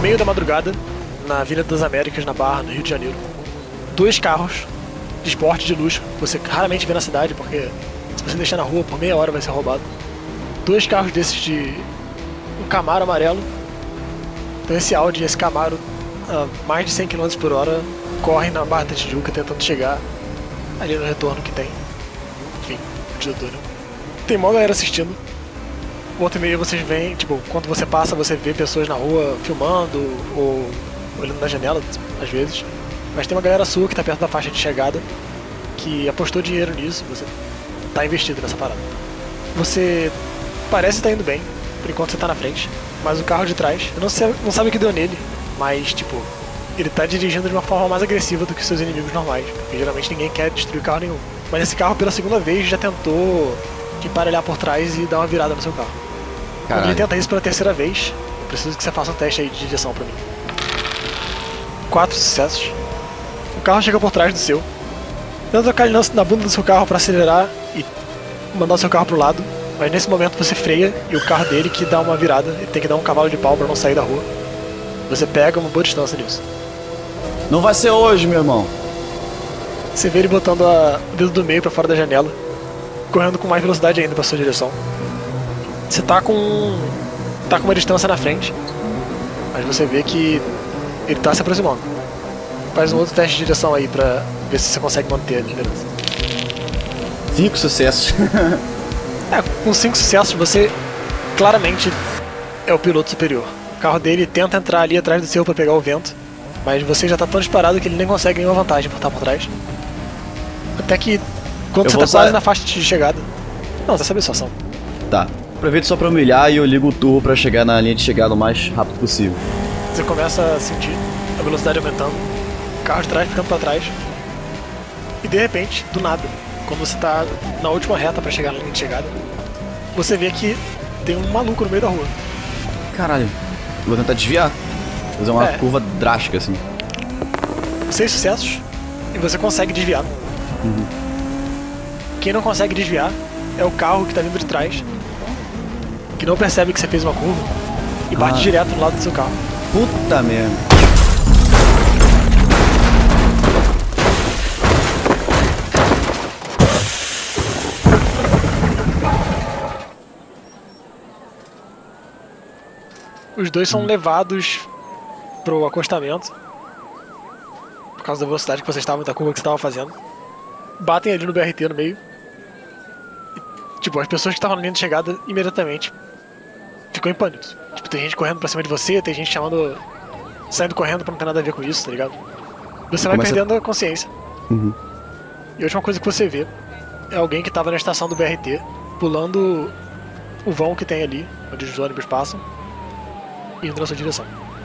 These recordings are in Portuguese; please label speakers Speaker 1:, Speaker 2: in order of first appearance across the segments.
Speaker 1: meio da madrugada, na Avenida das Américas, na Barra, no Rio de Janeiro. 2 carros de esporte de luxo, que você raramente vê na cidade, porque se você deixar na rua por meia hora vai ser roubado. 2 carros desses de um Camaro amarelo. Então esse Audi e esse Camaro, a mais de 100 km por hora, correm na Barra da Tijuca tentando chegar ali no retorno que tem. Enfim, de túnel. Tem mó galera assistindo. Volta e meia vocês veem, tipo, quando você passa, você vê pessoas na rua filmando ou olhando na janela, às vezes. Mas tem uma galera sua que tá perto da faixa de chegada que apostou dinheiro nisso, você tá investido nessa parada. Você parece estar indo bem, por enquanto você tá na frente, mas o carro de trás, eu não sabe o que deu nele, mas, tipo, ele tá dirigindo de uma forma mais agressiva do que seus inimigos normais, porque geralmente ninguém quer destruir carro nenhum. Mas esse carro, pela segunda vez, já tentou te emparelhar por trás e dar uma virada no seu carro. Quando ele tenta isso pela terceira vez, eu preciso que você faça um teste aí de direção pra mim. 4 sucessos. O carro chega por trás do seu. Tenta tocar ele na bunda do seu carro pra acelerar e mandar o seu carro pro lado. Mas nesse momento você freia e o carro dele que dá uma virada. Ele tem que dar um cavalo de pau pra não sair da rua. Você pega uma boa distância nisso.
Speaker 2: Não vai ser hoje, meu irmão.
Speaker 1: Você vê ele botando o dedo do meio pra fora da janela, correndo com mais velocidade ainda pra sua direção. Você tá com uma distância na frente, mas você vê que ele tá se aproximando. Faz um outro teste de direção aí pra ver se você consegue manter a liderança.
Speaker 2: 5 sucessos.
Speaker 1: Com 5 sucessos você claramente é o piloto superior. O carro dele tenta entrar ali atrás do seu pra pegar o vento, mas você já tá tão disparado que ele nem consegue nenhuma vantagem por estar por trás. Até que quando você tá quase na faixa de chegada... Não, você sabe a situação.
Speaker 2: Tá. Aproveito só pra humilhar e eu ligo o turbo pra chegar na linha de chegada o mais rápido possível.
Speaker 1: Você começa a sentir a velocidade aumentando, o carro de trás ficando pra trás. E de repente, do nada, quando você tá na última reta pra chegar na linha de chegada, você vê que tem um maluco no meio da rua.
Speaker 2: Caralho. Vou tentar desviar. Fazer uma curva drástica assim.
Speaker 1: 6 sucessos e você consegue desviar.
Speaker 2: Uhum.
Speaker 1: Quem não consegue desviar é o carro que tá vindo de trás, que não percebe que você fez uma curva e bate direto no lado do seu carro.
Speaker 2: Puta merda.
Speaker 1: Os dois são levados pro acostamento por causa da velocidade que vocês estavam, da curva que você estava fazendo. Batem ali no BRT no meio. E, tipo, as pessoas que estavam na linha de chegada imediatamente ficou em pânico. Tipo, tem gente correndo pra cima de você, tem gente saindo correndo pra não ter nada a ver com isso, tá ligado? Você vai perdendo a consciência.
Speaker 2: Uhum.
Speaker 1: E a última coisa que você vê é alguém que tava na estação do BRT, pulando o vão que tem ali, onde os ônibus passam, e indo na sua direção.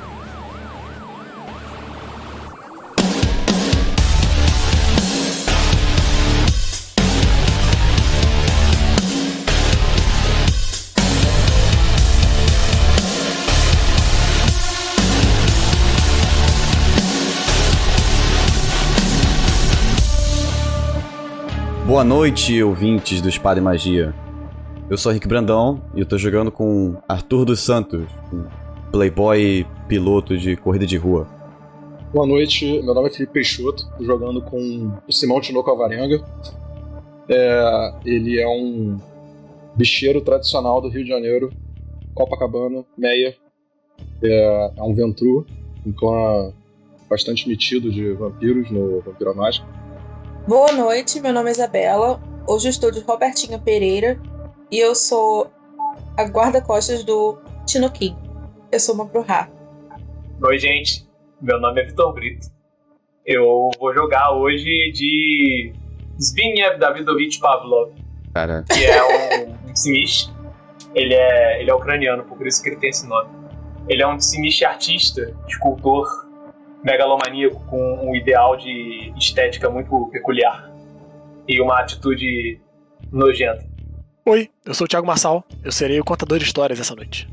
Speaker 2: Boa noite, ouvintes do Espada e Magia. Eu sou Rick Brandão e eu tô jogando com Arthur dos Santos, um playboy piloto de corrida de rua.
Speaker 3: Boa noite, meu nome é Felipe Peixoto, tô jogando com o Simão Tinoco Alvarenga. Ele é um bicheiro tradicional do Rio de Janeiro, Copacabana, Meia. É um Ventru, um clã bastante metido de vampiros no Vampiro Mágico.
Speaker 4: Boa noite, meu nome é Isabela. Hoje eu estou de Robertinho Pereira e eu sou a guarda-costas do Tinoquim. Eu sou uma Bruhá.
Speaker 5: Oi, gente. Meu nome é Vitor Brito. Eu vou jogar hoje de Zbigniew Davidovich Pavlov, que é um Tsimish. Ele é ucraniano, por isso que ele tem esse nome. Ele é um Tsimish artista, escultor, megalomaníaco, com um ideal de estética muito peculiar e uma atitude nojenta.
Speaker 1: Oi, eu sou o Thiago Marçal, eu serei o contador de histórias essa noite.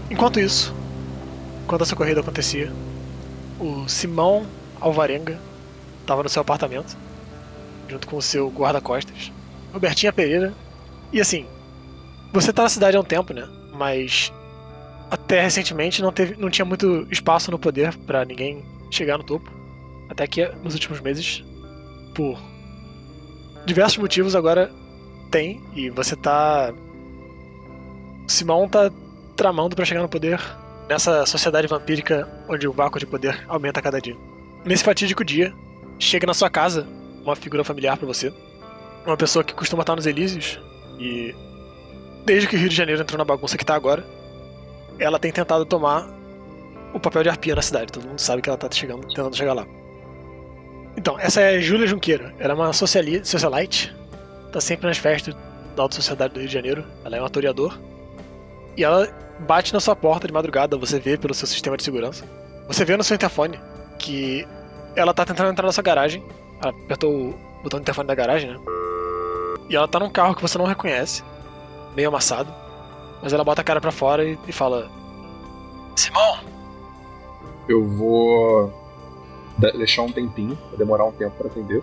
Speaker 1: Enquanto isso, quando essa corrida acontecia, o Simão Alvarenga estava no seu apartamento, junto com o seu guarda-costas, Robertinha Pereira. E assim, você tá na cidade há um tempo, né? Mas até recentemente não tinha muito espaço no poder pra ninguém chegar no topo. Até que nos últimos meses, por diversos motivos, agora tem. E você tá... O Simão tá tramando pra chegar no poder nessa sociedade vampírica onde o vácuo de poder aumenta a cada dia. Nesse fatídico dia, chega na sua casa uma figura familiar pra você. Uma pessoa que costuma estar nos Elíseos. E desde que o Rio de Janeiro entrou na bagunça que tá agora, ela tem tentado tomar o papel de arpia na cidade. Todo mundo sabe que ela tá tentando chegar lá. Então, essa é a Júlia Junqueira. Ela é uma socialite. Tá sempre nas festas da alta sociedade do Rio de Janeiro. Ela é uma toreador. E ela bate na sua porta de madrugada. Você vê pelo seu sistema de segurança. Você vê no seu interfone que ela tá tentando entrar na sua garagem. Ela apertou o botão do interfone da garagem, né? E ela tá num carro que você não reconhece, meio amassado. Mas ela bota a cara pra fora e fala: Simão!
Speaker 3: Eu vou deixar um tempinho, vai demorar um tempo pra atender.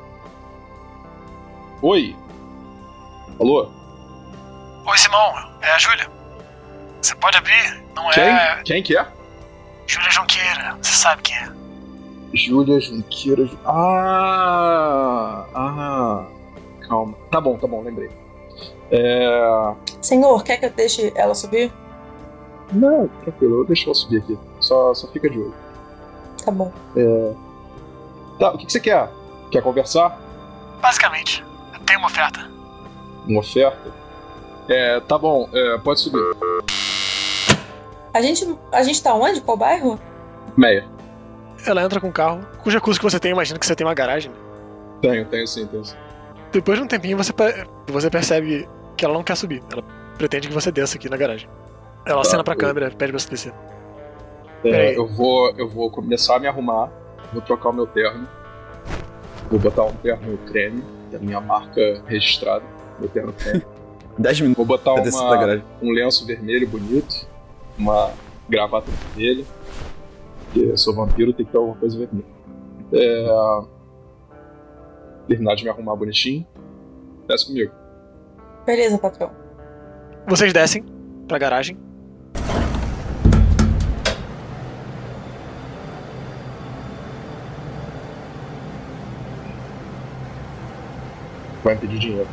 Speaker 3: Oi! Alô?
Speaker 1: Oi, Simão, é a Júlia. Você pode abrir? Não
Speaker 3: Quem?
Speaker 1: é...
Speaker 3: Quem que é?
Speaker 1: Júlia Junqueira, você sabe quem é.
Speaker 3: Júlia Junqueira... Calma. Tá bom, lembrei.
Speaker 4: Senhor, quer que eu deixe ela subir?
Speaker 3: Não, tranquilo, eu deixo ela subir aqui. Só fica de olho.
Speaker 4: Tá bom.
Speaker 3: Tá, o que você quer? Quer conversar?
Speaker 1: Basicamente, eu tenho uma oferta.
Speaker 3: Uma oferta? Tá bom, pode subir.
Speaker 4: A gente tá onde? Qual bairro?
Speaker 3: Meia.
Speaker 1: Ela entra com o carro. Com os recursos que você tem, imagina que você tem uma garagem.
Speaker 3: Tenho sim.
Speaker 1: Depois de um tempinho, você percebe que ela não quer subir. Ela pretende que você desça aqui na garagem. Ela acena pra câmera, pede pra você descer.
Speaker 3: Eu vou começar a me arrumar. Vou trocar o meu terno. Vou botar um terno creme, que é a minha marca registrada. Meu terno creme.
Speaker 2: 10 minutos.
Speaker 3: Vou botar
Speaker 2: pra descer da garagem.
Speaker 3: um lenço vermelho bonito. Uma gravata vermelha. Porque eu sou vampiro, tem que ter alguma coisa vermelha. Terminar de me arrumar bonitinho. Desce comigo.
Speaker 4: Beleza, patrão.
Speaker 1: Vocês descem pra garagem.
Speaker 3: Vai me pedir dinheiro.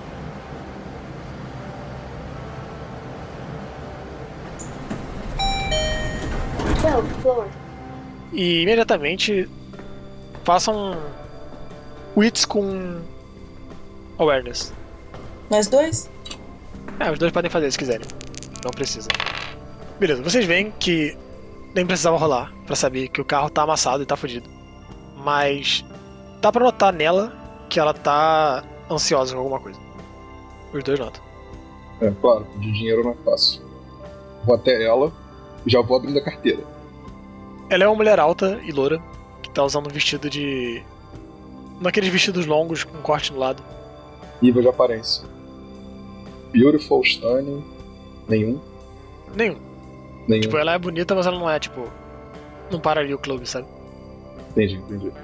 Speaker 1: E imediatamente façam wits com awareness.
Speaker 4: Nós dois?
Speaker 1: Os dois podem fazer se quiserem. Não precisa. Beleza, vocês veem que nem precisava rolar pra saber que o carro tá amassado e tá fudido. Mas dá pra notar nela que ela tá ansiosa com alguma coisa. Os dois notam.
Speaker 3: Claro, de dinheiro não é fácil. Vou até ela e já vou abrindo a carteira.
Speaker 1: Ela é uma mulher alta e loura que tá usando um vestido de... naqueles vestidos longos com corte no lado.
Speaker 3: Nível de aparência. Beautiful, stunning. Nenhum.
Speaker 1: Tipo, ela é bonita, mas ela não é, tipo... não pararia o clube, sabe?
Speaker 3: Entendi.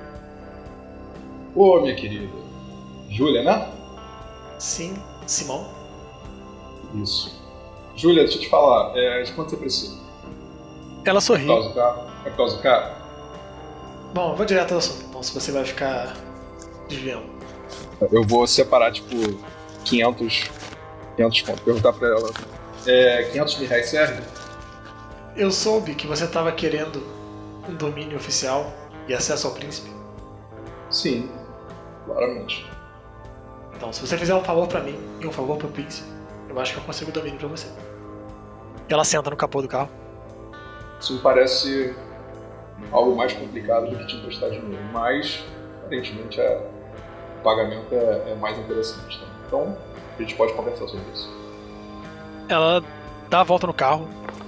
Speaker 3: Ô, minha querida. Júlia, né?
Speaker 1: Sim, Simão.
Speaker 3: Isso. Júlia, deixa eu te falar. De quanto você precisa?
Speaker 1: Ela sorri.
Speaker 3: É por causa do carro?
Speaker 1: Bom, eu vou direto ao assunto, então, se você vai ficar desviando.
Speaker 3: Eu vou separar, tipo, 500 pontos. Perguntar pra ela. 500 mil reais serve?
Speaker 1: Eu soube que você tava querendo um domínio oficial e acesso ao príncipe.
Speaker 3: Sim, claramente.
Speaker 1: Então, se você fizer um favor pra mim e um favor pro príncipe, eu acho que eu consigo o domínio pra você. Ela senta no capô do carro.
Speaker 3: Isso me parece algo mais complicado do que te emprestar dinheiro, mas aparentemente o pagamento é mais interessante. Tá? Então, a gente pode conversar sobre isso.
Speaker 1: Ela dá a volta no carro,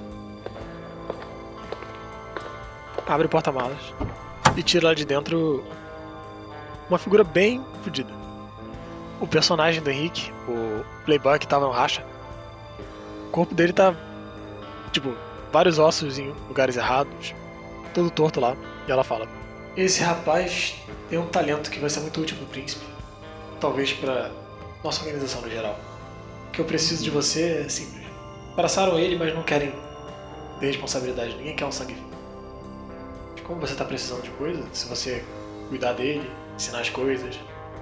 Speaker 1: abre o porta-malas e tira lá de dentro uma figura bem fodida. O personagem do Henrique, o playboy que tava no racha, o corpo dele tá, tipo, vários ossos em lugares errados, todo torto lá. E ela fala: esse rapaz tem um talento que vai ser muito útil pro príncipe. Talvez pra nossa organização no geral. O que eu preciso de você é simples. Abraçaram ele, mas não querem ter responsabilidade. Ninguém quer um sangue vivo. Como você tá precisando de coisa, se você cuidar dele, ensinar as coisas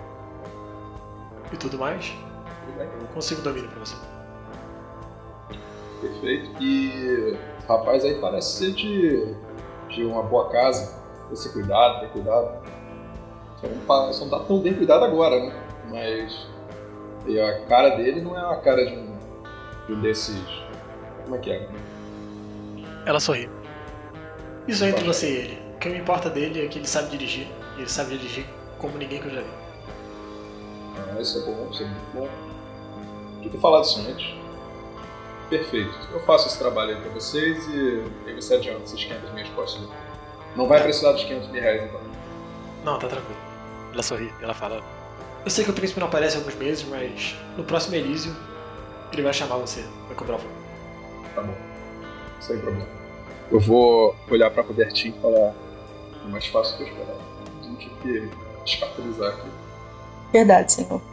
Speaker 1: e tudo mais, eu consigo domínio pra você.
Speaker 3: Perfeito. E rapaz aí parece ser de uma boa casa. Ter ser cuidado, ter cuidado. Só não tá tão bem cuidado agora, né? Mas e a cara dele não é a cara de um desses... Como é que é?
Speaker 1: Ela sorri. Isso é entre você e ele. O que me importa dele é que ele sabe dirigir. E ele sabe dirigir como ninguém que eu já vi.
Speaker 3: Isso é bom, isso é muito bom. Podia ter falado isso antes. Perfeito. Eu faço esse trabalho aí pra vocês e aí você adianta, vocês 500 minhas costas. Não vai precisar dos 500 mil reais, então.
Speaker 1: Não, tá tranquilo. Ela sorri, ela fala: eu sei que o príncipe não aparece há alguns meses, mas no próximo Elísio ele vai chamar você, vai cobrar o fogo.
Speaker 3: Tá bom. Sem problema. Eu vou olhar pra Robertinho e falar: é mais fácil que eu esperar. A gente tem que descaracterizar aqui.
Speaker 4: Verdade, senhor.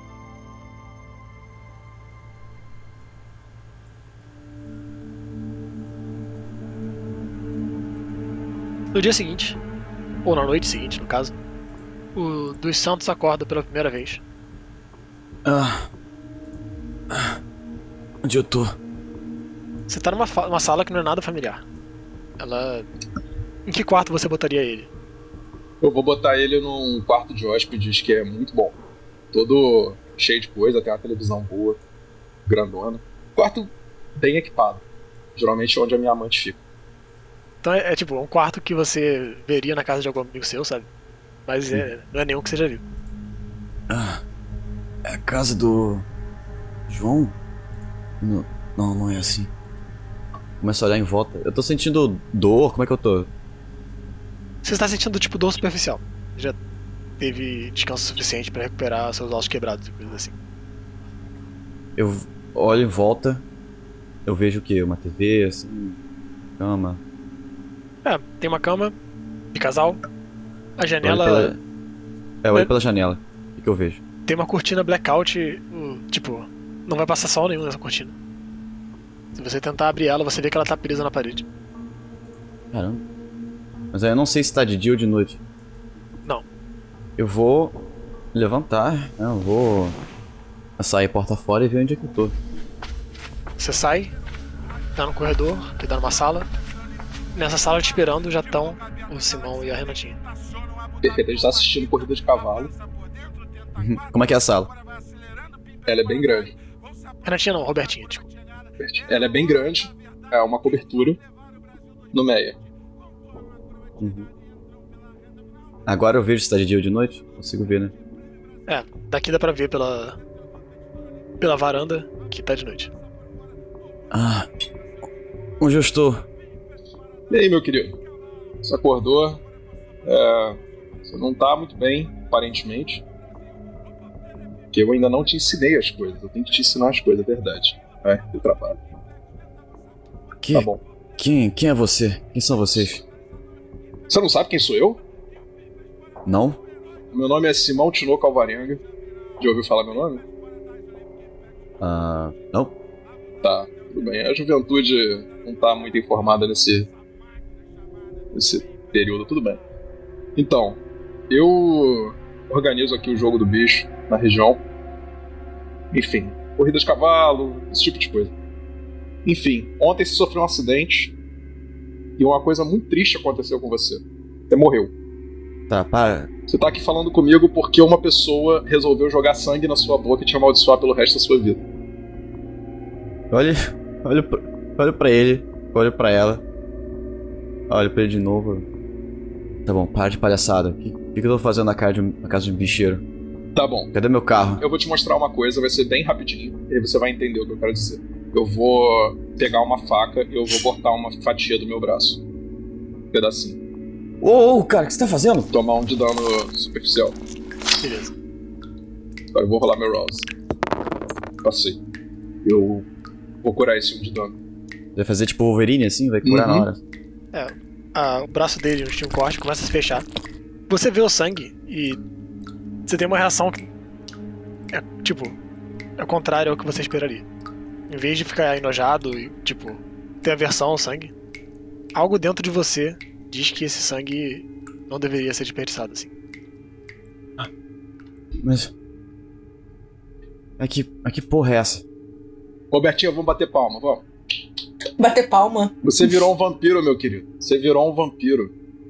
Speaker 1: No dia seguinte, ou na noite seguinte, no caso, o dos Santos acorda pela primeira vez.
Speaker 2: Onde eu tô?
Speaker 1: Você tá numa sala que não é nada familiar. Ela... Em que quarto você botaria ele?
Speaker 3: Eu vou botar ele num quarto de hóspedes que é muito bom. Todo cheio de coisa, tem uma televisão boa, grandona. Quarto bem equipado. Geralmente é onde a minha amante fica.
Speaker 1: Então é tipo um quarto que você veria na casa de algum amigo seu, sabe? Mas não é nenhum que você já viu.
Speaker 2: É a casa do... João? Não é assim. Começo a olhar em volta. Eu tô sentindo dor, como é que eu tô?
Speaker 1: Você está sentindo tipo dor superficial. Já teve descanso suficiente pra recuperar seus ossos quebrados e coisas assim.
Speaker 2: Eu olho em volta. Eu vejo o quê? Uma TV, assim... Cama...
Speaker 1: Tem uma cama de casal. A janela...
Speaker 2: Eu olho pela janela. O que eu vejo?
Speaker 1: Tem uma cortina blackout, tipo, não vai passar sol nenhum nessa cortina. Se você tentar abrir ela, você vê que ela tá presa na parede.
Speaker 2: Caramba. Mas aí eu não sei se tá de dia ou de noite.
Speaker 1: Não.
Speaker 2: Eu vou levantar, né? Eu vou sair porta fora e ver onde é que eu tô.
Speaker 1: Você sai, tá no corredor, que tá numa sala. Nessa sala te esperando já estão o Simão e a Renatinha.
Speaker 3: Perfeito, a gente tá assistindo corrida de cavalo.
Speaker 2: Como é que é a sala?
Speaker 3: Ela é bem grande.
Speaker 1: Renatinha não, Robertinha, desculpa.
Speaker 3: Ela é bem grande, é uma cobertura no meio.
Speaker 2: Agora eu vejo se tá de dia ou de noite? Consigo ver, né?
Speaker 1: Daqui dá pra ver pela varanda que tá de noite.
Speaker 2: Onde eu estou?
Speaker 3: E aí, meu querido? Você acordou? Você não tá muito bem, aparentemente. Porque eu ainda não te ensinei as coisas. Eu tenho que te ensinar as coisas, é verdade. Eu trabalho. Tá bom.
Speaker 2: Quem é você? Quem são vocês?
Speaker 3: Você não sabe quem sou eu?
Speaker 2: Não?
Speaker 3: Meu nome é Simão Tinoco Alvarenga. Já ouviu falar meu nome?
Speaker 2: Não.
Speaker 3: Tá, tudo bem. A juventude não tá muito informada nesse período, tudo bem. Então, eu organizo aqui o jogo do bicho na região. Enfim, corrida de cavalo, esse tipo de coisa. Enfim, ontem você sofreu um acidente e uma coisa muito triste aconteceu com você. Você morreu.
Speaker 2: Tá, para.
Speaker 3: Você tá aqui falando comigo porque uma pessoa resolveu jogar sangue na sua boca e te amaldiçoar pelo resto da sua vida.
Speaker 2: Olho pra ele, olho pra ela. Olho pra ele de novo. Tá bom, para de palhaçada. O que eu tô fazendo na casa de um bicheiro?
Speaker 3: Tá bom.
Speaker 2: Cadê meu carro?
Speaker 3: Eu vou te mostrar uma coisa, vai ser bem rapidinho. E aí você vai entender o que eu quero dizer. Eu vou pegar uma faca e eu vou cortar uma fatia do meu braço. Um pedacinho.
Speaker 2: Cara, o que você tá fazendo?
Speaker 3: Tomar um de dano superficial.
Speaker 1: Beleza.
Speaker 3: Agora eu vou rolar meu rouse. Passei. Eu vou curar esse 1 de dano.
Speaker 2: Vai fazer tipo Wolverine assim, vai curar na hora.
Speaker 1: O braço dele, o Steam corte, começa a se fechar. Você vê o sangue e você tem uma reação que é contrária ao que você esperaria. Em vez de ficar enojado e, ter aversão ao sangue, algo dentro de você diz que esse sangue não deveria ser desperdiçado assim.
Speaker 2: Mas... Mas que porra é essa?
Speaker 3: Robertinho, vamos bater palma, vamos.
Speaker 4: Bater palma?
Speaker 3: Você virou um vampiro, meu querido. Você virou um vampiro.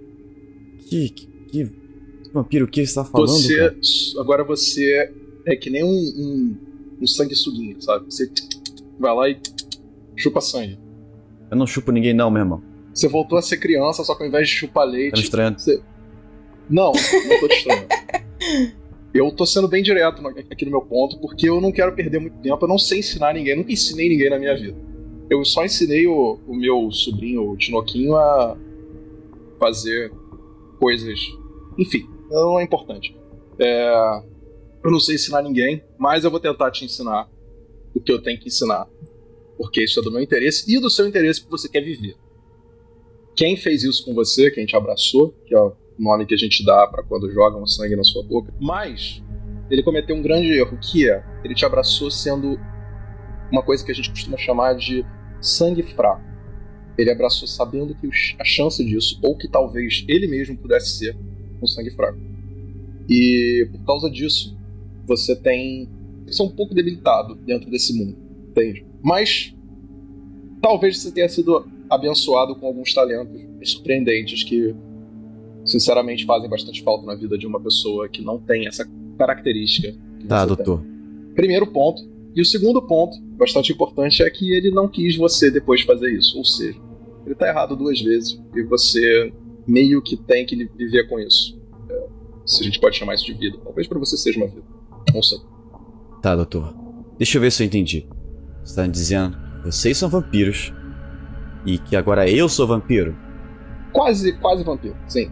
Speaker 2: Que vampiro, o que você tá falando, cara?
Speaker 3: Agora você é que nem um sanguessuguinho, sabe? Você vai lá e chupa sangue.
Speaker 2: Eu não chupo ninguém não, meu irmão.
Speaker 3: Você voltou a ser criança, só que ao invés de chupar leite...
Speaker 2: Tá me estranhando?
Speaker 3: Não tô te estranhando. Eu tô sendo bem direto aqui no meu ponto, porque eu não quero perder muito tempo. Eu não sei ensinar ninguém, nunca ensinei ninguém na minha vida. Eu só ensinei o meu sobrinho, o Tinoquinho, a fazer coisas... Enfim, não é importante. Eu não sei ensinar ninguém, mas eu vou tentar te ensinar o que eu tenho que ensinar. Porque isso é do meu interesse e do seu interesse que você quer viver. Quem fez isso com você, quem te abraçou, que é o nome que a gente dá pra quando joga um sangue na sua boca, mas ele cometeu um grande erro, que é, ele te abraçou sendo uma coisa que a gente costuma chamar de sangue fraco. Ele abraçou sabendo que a chance disso, ou que talvez ele mesmo pudesse ser um sangue fraco. E por causa disso, você tem que ser um pouco debilitado dentro desse mundo, entende? Mas talvez você tenha sido abençoado com alguns talentos surpreendentes que, sinceramente, fazem bastante falta na vida de uma pessoa que não tem essa característica.
Speaker 2: Tá, doutor.
Speaker 3: Primeiro ponto. E o segundo ponto, bastante importante, é que ele não quis você depois fazer isso. Ou seja, ele tá errado 2 vezes e você meio que tem que viver com isso. Se a gente pode chamar isso de vida. Talvez pra você seja uma vida. Não sei.
Speaker 2: Tá, doutor. Deixa eu ver se eu entendi. Você tá dizendo que vocês são vampiros e que agora eu sou vampiro?
Speaker 3: Quase vampiro, sim.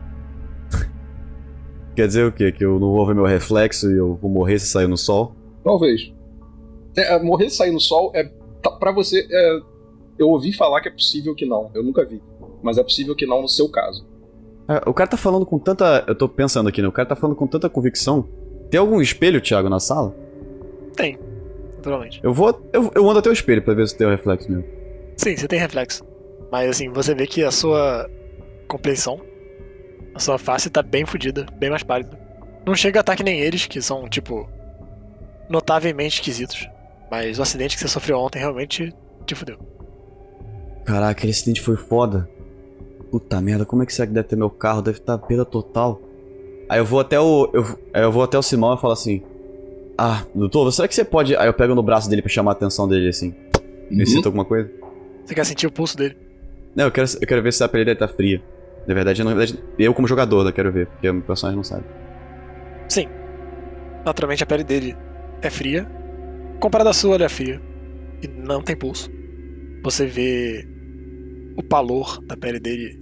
Speaker 2: Quer dizer o quê? Que eu não vou ver meu reflexo e eu vou morrer se sair no sol?
Speaker 3: Talvez. Morrer se sair no sol pra você... eu ouvi falar que é possível que não. Eu nunca vi. Mas é possível que não no seu caso.
Speaker 2: O cara tá falando com tanta... Eu tô pensando aqui, né? O cara tá falando com tanta convicção. Tem algum espelho, Thiago, na sala?
Speaker 1: Tem. Naturalmente.
Speaker 2: Eu ando até o espelho pra ver se tem o reflexo mesmo.
Speaker 1: Sim, você tem reflexo. Mas assim, você vê que a sua compleição, a sua face tá bem fodida, bem mais pálida. Não chega a estar que nem eles, que são, notavelmente esquisitos. Mas o acidente que você sofreu ontem realmente te fudeu.
Speaker 2: Caraca, aquele acidente foi foda. Puta merda, como é que será que deve ter meu carro? Deve estar perda total. Aí eu vou até o Simão e falo assim: ah, doutor, será que você pode... Aí eu pego no braço dele pra chamar a atenção dele, assim. Ele cita alguma coisa?
Speaker 1: Você quer sentir o pulso dele?
Speaker 2: Não, eu quero ver se a pele dele tá fria. Na verdade, eu como jogador, eu quero ver, porque o meu personagem não sabe.
Speaker 1: Sim. Naturalmente a pele dele é fria. Comparada à sua, ela é fria. E não tem pulso. Você vê o palor da pele dele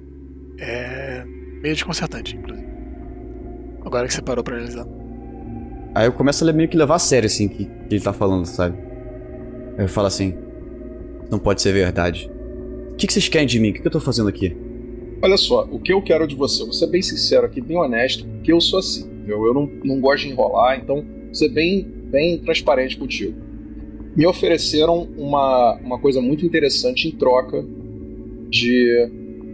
Speaker 1: é meio desconcertante, inclusive. Agora que você parou pra analisar.
Speaker 2: Aí eu começo a meio que levar a sério, assim, que ele tá falando, sabe? Aí eu falo assim: não pode ser verdade. O que vocês querem de mim? O que eu tô fazendo aqui?
Speaker 3: Olha só, o que eu quero de você, vou ser bem sincero aqui, bem honesto, porque eu sou assim, eu não gosto de enrolar, então vou ser bem transparente contigo. Me ofereceram uma coisa muito interessante em troca de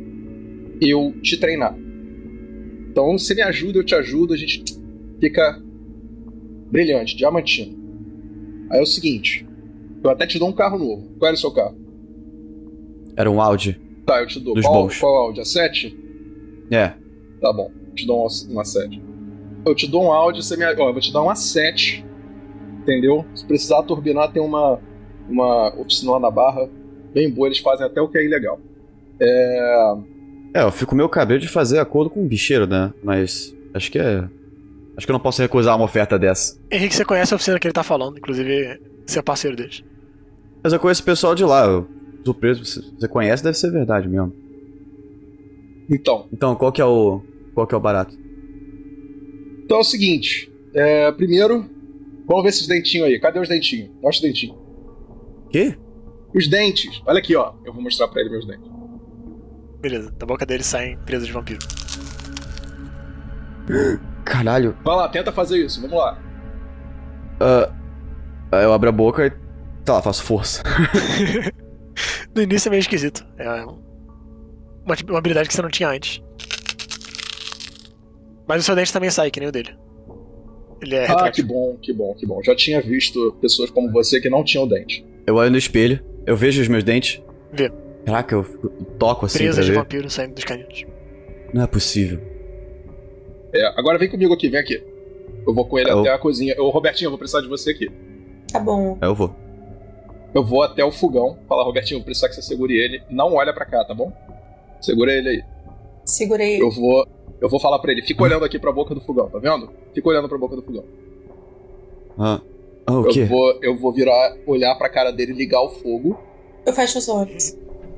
Speaker 3: eu te treinar. Então, você me ajuda, eu te ajudo, a gente fica brilhante, diamantino. Aí é o seguinte, eu até te dou um carro novo. Qual era o seu carro?
Speaker 2: Era um Audi.
Speaker 3: Tá, eu te dou.
Speaker 2: Dos
Speaker 3: Qual Audi? A 7?
Speaker 2: É.
Speaker 3: Tá bom, eu te dou um A7. Eu te dou um Audi, eu vou te dar um A7, entendeu? Se precisar turbinar, tem uma oficina lá na Barra, bem boa, eles fazem até o que é ilegal.
Speaker 2: Eu fico meio cabelo de fazer acordo com o bicheiro, né? Mas acho que eu não posso recusar uma oferta dessa.
Speaker 1: Henrique, você conhece a oficina que ele tá falando, inclusive você é parceiro deles.
Speaker 2: Mas eu conheço o pessoal de lá, eu tô preso, você conhece, deve ser verdade mesmo. Então, qual que é o barato?
Speaker 3: Então é o seguinte, primeiro, vamos ver esses dentinhos aí. Cadê os dentinhos? Mostra os dentinhos.
Speaker 2: Quê?
Speaker 3: Os dentes. Olha aqui, ó. Eu vou mostrar pra ele meus dentes.
Speaker 1: Beleza, da boca dele saem presas de vampiro.
Speaker 2: Caralho.
Speaker 3: Vai lá, tenta fazer isso. Vamos lá.
Speaker 2: Eu abro a boca e... Tá lá, faço força.
Speaker 1: No início é meio esquisito. É uma habilidade que você não tinha antes. Mas o seu dente também sai, que nem o dele. Ele é retrátil.
Speaker 3: Que bom. Já tinha visto pessoas como você que não tinham dente.
Speaker 2: Eu olho no espelho, eu vejo os meus dentes.
Speaker 1: Vê.
Speaker 2: Caraca, eu toco assim
Speaker 1: Presas
Speaker 2: pra
Speaker 1: de
Speaker 2: ver.
Speaker 1: vampiro saindo dos caninos.
Speaker 2: Não é possível.
Speaker 3: Agora vem comigo aqui, vem aqui. Eu vou com ele até a cozinha. Robertinho, eu vou precisar de você aqui.
Speaker 4: Tá bom.
Speaker 2: Eu vou.
Speaker 3: Eu vou até o fogão. Falar, Robertinho, eu vou precisar que você segure ele. Não olha pra cá, tá bom? Segura ele aí.
Speaker 4: Segurei.
Speaker 3: Eu vou falar pra ele. Fica olhando aqui pra boca do fogão, tá vendo? Fica olhando pra boca do fogão.
Speaker 2: O quê?
Speaker 3: Eu vou olhar pra cara dele e ligar o fogo.
Speaker 4: Eu fecho os olhos.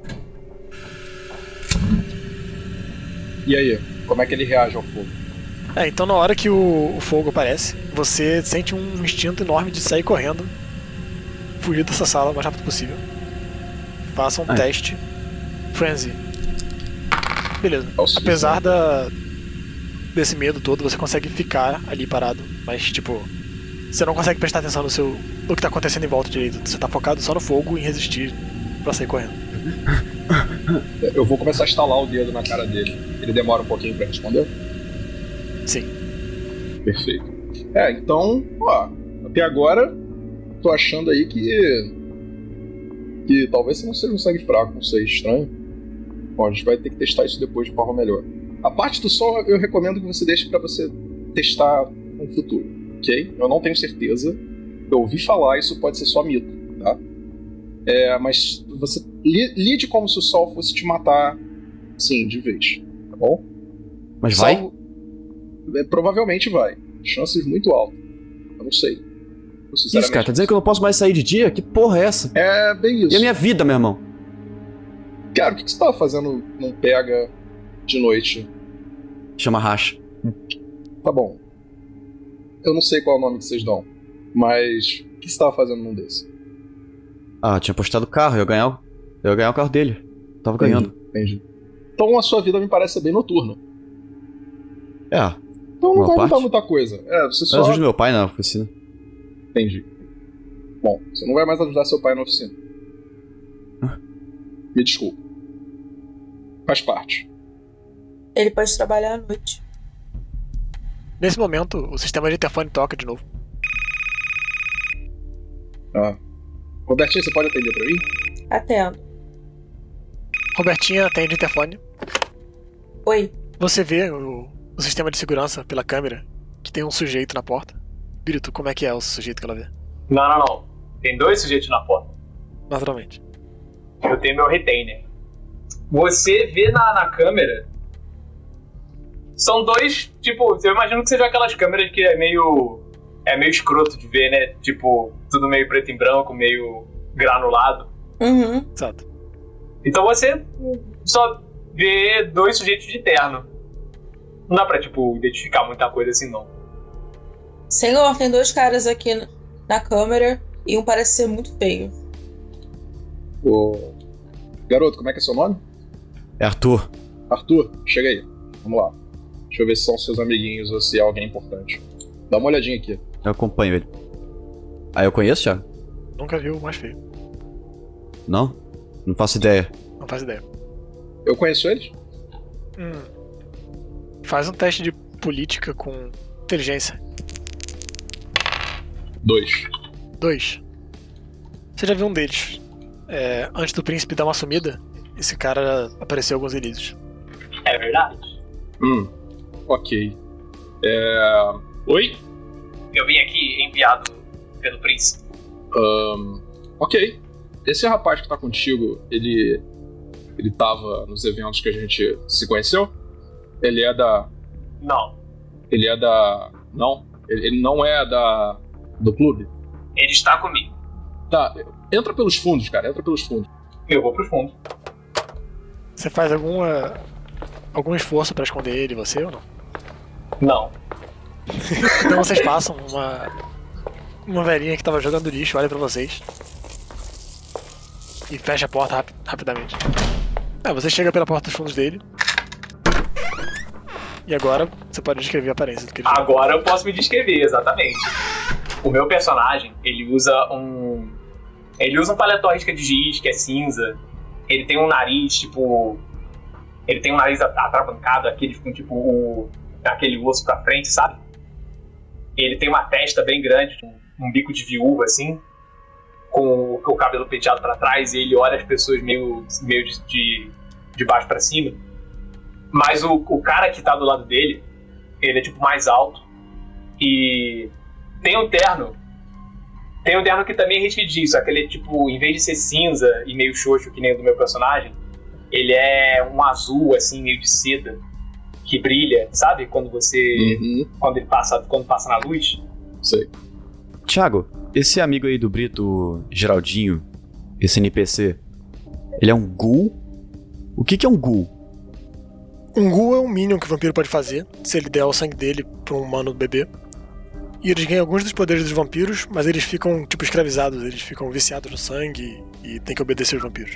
Speaker 3: E aí? Como é que ele reage ao fogo?
Speaker 1: Então na hora que o fogo aparece, você sente um instinto enorme de sair correndo, fugir dessa sala o mais rápido possível. Faça um teste. Frenzy. Beleza. Apesar desse medo todo, você consegue ficar ali parado. Mas, tipo, você não consegue prestar atenção no que tá acontecendo em volta direito. Você tá focado só no fogo e em resistir pra sair correndo.
Speaker 3: Eu vou começar a estalar o dedo na cara dele. Ele demora um pouquinho pra responder?
Speaker 1: Sim.
Speaker 3: Perfeito. Então, até agora, tô achando aí que talvez você não seja um sangue fraco, não sei, estranho. Bom, a gente vai ter que testar isso depois de forma melhor. A parte do sol eu recomendo que você deixe pra você testar no futuro, ok? Eu não tenho certeza. Eu ouvi falar, isso pode ser só mito, tá? Mas você lide como se o sol fosse te matar, sim, de vez, tá bom?
Speaker 2: Mas vai?
Speaker 3: Provavelmente vai. Chances muito altas. Eu não sei.
Speaker 2: Isso, cara, tá dizendo que eu não posso mais sair de dia? Que porra é essa?
Speaker 3: É bem isso.
Speaker 2: E a minha vida, meu irmão?
Speaker 3: Cara, o que você tava fazendo num pega de noite?
Speaker 2: Chama racha.
Speaker 3: Tá bom. Eu não sei qual é o nome que vocês dão, mas o que você tava fazendo num desse?
Speaker 2: Tinha postado o carro, eu ia ganhar o carro dele. Tava ganhando.
Speaker 3: Entendi. Então a sua vida me parece ser bem noturna. Então não vai mudar muita coisa. Você só...
Speaker 2: Eu ajudo meu pai na oficina.
Speaker 3: Entendi. Bom, você não vai mais ajudar seu pai na oficina. Me desculpa. Faz parte.
Speaker 4: Ele pode trabalhar à noite.
Speaker 1: Nesse momento, o sistema de interfone toca de novo.
Speaker 3: Robertinha, você pode atender pra mim?
Speaker 4: Atendo.
Speaker 1: Robertinha atende o interfone.
Speaker 4: Oi.
Speaker 1: Você vê o sistema de segurança pela câmera que tem um sujeito na porta. Birito, como é que é o sujeito que ela vê?
Speaker 5: Não. Tem 2 sujeitos na porta.
Speaker 1: Naturalmente.
Speaker 5: Eu tenho meu retainer. Você vê na câmera. São 2, tipo, eu imagino que seja aquelas câmeras que é meio escroto de ver, né? Tipo, tudo meio preto e branco, meio granulado.
Speaker 4: Uhum.
Speaker 1: Exato.
Speaker 5: Então você só vê 2 sujeitos de terno. Não dá pra, tipo, identificar muita coisa assim, não.
Speaker 4: Senhor, tem 2 caras aqui na câmera e um parece ser muito feio.
Speaker 3: Garoto, como é que é seu nome?
Speaker 2: É Arthur.
Speaker 3: Arthur, chega aí. Vamos lá. Deixa eu ver se são seus amiguinhos ou se é alguém importante. Dá uma olhadinha aqui.
Speaker 2: Eu acompanho ele. Eu conheço, Thiago?
Speaker 1: Nunca viu o mais feio.
Speaker 2: Não? Não faço ideia.
Speaker 1: Não faz ideia.
Speaker 3: Eu conheço eles?
Speaker 1: Faz um teste de política com inteligência.
Speaker 3: 2.
Speaker 1: Você já viu um deles. Antes do príncipe dar uma sumida, esse cara apareceu alguns ilícitos.
Speaker 5: É verdade?
Speaker 3: Ok. Oi?
Speaker 5: Eu vim aqui enviado pelo príncipe.
Speaker 3: Ok. Esse rapaz que tá contigo, ele tava nos eventos que a gente se conheceu? Ele é da...
Speaker 5: Não.
Speaker 3: Ele é da... Não? Ele não é do clube?
Speaker 5: Ele está comigo.
Speaker 3: Tá, entra pelos fundos, cara, entra pelos fundos.
Speaker 5: Eu vou pro fundo.
Speaker 1: Você faz algum esforço pra esconder ele, você ou não?
Speaker 5: Não.
Speaker 1: Então vocês passam, uma velhinha que tava jogando lixo olha pra vocês. e fecha a porta rapidamente. Você chega pela porta dos fundos dele. E agora você pode descrever a aparência do que ele
Speaker 5: Agora eu posso me descrever, exatamente. O meu personagem, ele usa um paletó risca de giz, que é cinza. Ele tem um nariz, tipo... Ele tem um nariz atravancado, aquele com, tipo, aquele osso pra frente, sabe? Ele tem uma testa bem grande, um bico de viúva, assim, com o cabelo penteado pra trás, e ele olha as pessoas meio de baixo pra cima. Mas o cara que tá do lado dele, ele é, tipo, mais alto, e tem um terno que também é risco disso, aquele, tipo, em vez de ser cinza e meio xoxo, que nem o do meu personagem, ele é um azul, assim, meio de seda, que brilha, sabe? Quando você... Quando passa na luz.
Speaker 3: Sei.
Speaker 2: Thiago, esse amigo aí do Brito, o Geraldinho, esse NPC, ele é um ghoul? O que é um ghoul?
Speaker 1: Um ghoul é um minion que o vampiro pode fazer, se ele der o sangue dele pra um humano bebê. E eles ganham alguns dos poderes dos vampiros, mas eles ficam, tipo, escravizados, eles ficam viciados no sangue e tem que obedecer os vampiros.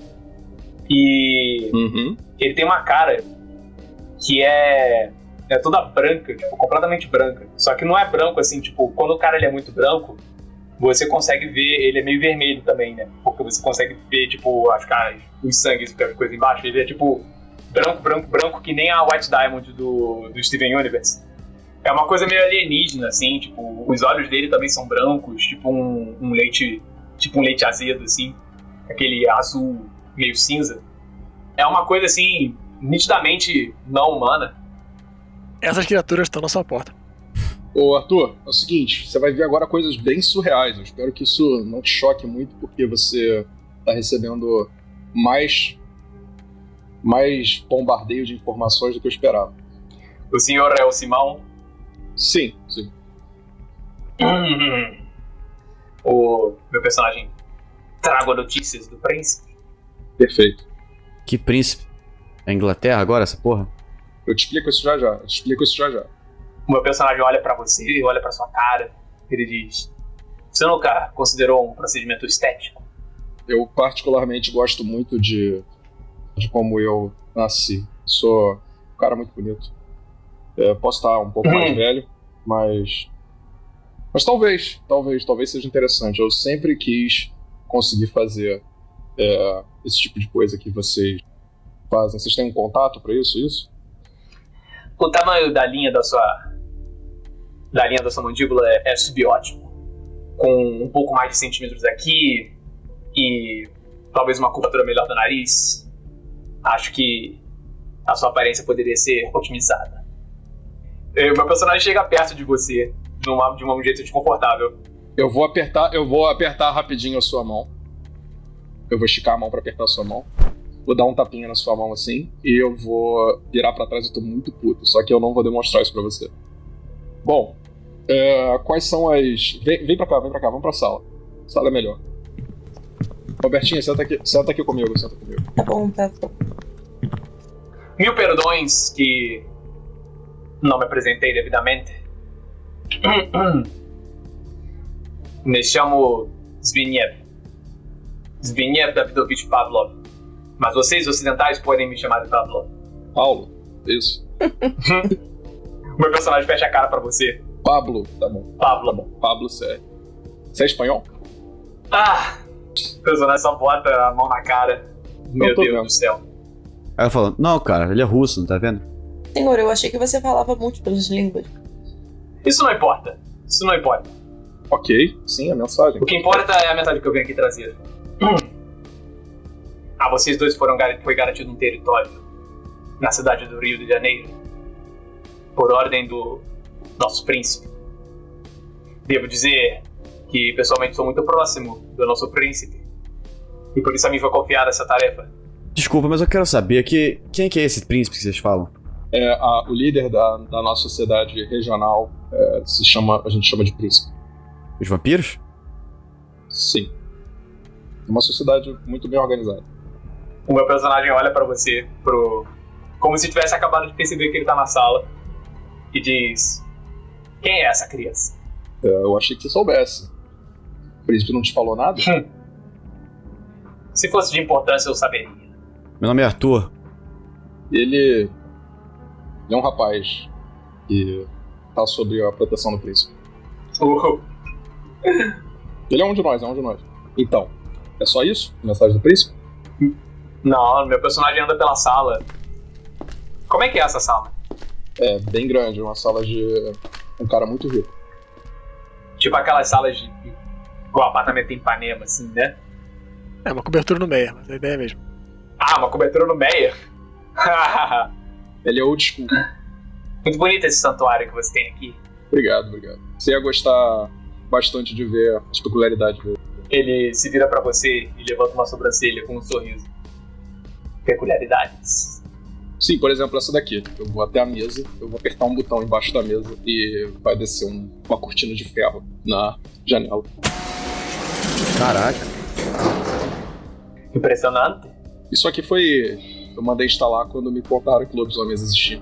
Speaker 5: E ele tem uma cara que é toda branca, tipo, completamente branca. Só que não é branco assim, tipo, quando o cara ele é muito branco, você consegue ver, ele é meio vermelho também, né? Porque você consegue ver, tipo, as caras, os sangues e as coisas embaixo. Ele é tipo branco, que nem a White Diamond do Steven Universe. É uma coisa meio alienígena, assim, tipo, os olhos dele também são brancos, tipo um leite azedo, assim, aquele azul meio cinza. É uma coisa, assim, nitidamente não humana.
Speaker 1: Essas criaturas estão na sua porta.
Speaker 3: Ô, Arthur, é o seguinte, você vai ver agora coisas bem surreais. Eu espero que isso não te choque muito, porque você tá recebendo mais bombardeio de informações do que eu esperava.
Speaker 5: O senhor é o Simão?
Speaker 3: Sim.
Speaker 5: O meu personagem trago notícias do príncipe.
Speaker 3: Perfeito.
Speaker 2: Que príncipe? É Inglaterra agora, essa porra?
Speaker 3: Eu te explico isso já já.
Speaker 5: O meu personagem olha pra você, olha pra sua cara, ele diz: você nunca considerou um procedimento estético?
Speaker 3: Eu particularmente gosto muito de como eu nasci. Sou um cara muito bonito. Posso estar um pouco mais velho, mas talvez seja interessante. Eu sempre quis conseguir fazer esse tipo de coisa que vocês fazem. Vocês têm um contato pra isso?
Speaker 5: O tamanho da linha da sua mandíbula é subótimo, com um pouco mais de centímetros aqui e talvez uma curvatura melhor do nariz. Acho que a sua aparência poderia ser otimizada. Meu personagem chega perto de você de um jeito desconfortável.
Speaker 3: Eu vou apertar rapidinho a sua mão. Eu vou esticar a mão pra apertar a sua mão. Vou dar um tapinha na sua mão assim. E eu vou virar pra trás. Eu tô muito puto. Só que eu não vou demonstrar isso pra você. Bom, quais são as... Vem pra cá, vamos pra sala. A sala é melhor. Robertinha, senta aqui comigo.
Speaker 4: Tá bom.
Speaker 5: Mil perdões que não me apresentei devidamente. Me chamo Zbigniew Davidovich Pavlov. Mas vocês ocidentais podem me chamar de Pavlov.
Speaker 3: Paulo, isso.
Speaker 5: Meu personagem fecha a cara pra você.
Speaker 3: Pablo, tá bom. Pablo, sério. Você é espanhol?
Speaker 5: O personagem só bota a mão na cara. Meu Deus do céu.
Speaker 2: Aí eu falo, não, cara, ele é russo, não tá vendo?
Speaker 4: Senhor, eu achei que você falava múltiplas línguas.
Speaker 5: Isso não importa.
Speaker 3: Ok, sim, a mensagem.
Speaker 5: O que importa é a mensagem que eu venho aqui trazer. A vocês dois foi garantido um território na cidade do Rio de Janeiro, por ordem do nosso príncipe. Devo dizer que pessoalmente sou muito próximo do nosso príncipe, e por isso a mim foi confiada essa tarefa.
Speaker 2: Desculpa, mas eu quero saber quem que é esse príncipe que vocês falam?
Speaker 3: O líder da nossa sociedade regional a gente chama de príncipe.
Speaker 2: Os vampiros?
Speaker 3: Sim. É uma sociedade muito bem organizada.
Speaker 5: O meu personagem olha pra você, como se tivesse acabado de perceber que ele tá na sala, e diz: quem é essa criança?
Speaker 3: Eu achei que você soubesse. O príncipe não te falou nada?
Speaker 5: Se fosse de importância, eu saberia.
Speaker 2: Meu nome é Arthur.
Speaker 3: Ele é um rapaz que tá sob a proteção do príncipe. Ele é um de nós, Então, é só isso? A mensagem do príncipe?
Speaker 5: Não, meu personagem anda pela sala. Como é que é essa sala?
Speaker 3: É bem grande, uma sala de um cara muito rico.
Speaker 5: Tipo aquelas salas de igual apartamento em Ipanema, assim, né?
Speaker 1: É uma cobertura no Meyer, mas a ideia é mesmo.
Speaker 5: Ah, uma cobertura no Meyer?
Speaker 3: Ele é old school.
Speaker 5: Muito bonito esse santuário que você tem aqui.
Speaker 3: Obrigado. Você ia gostar bastante de ver as peculiaridades dele.
Speaker 5: Ele se vira pra você e levanta uma sobrancelha com um sorriso. Peculiaridades.
Speaker 3: Sim, por exemplo, essa daqui. Eu vou até a mesa, eu vou apertar um botão embaixo da mesa e vai descer uma cortina de ferro na janela.
Speaker 2: Caraca.
Speaker 5: Impressionante.
Speaker 3: Isso aqui eu mandei instalar quando me contaram que lobisomens existiam.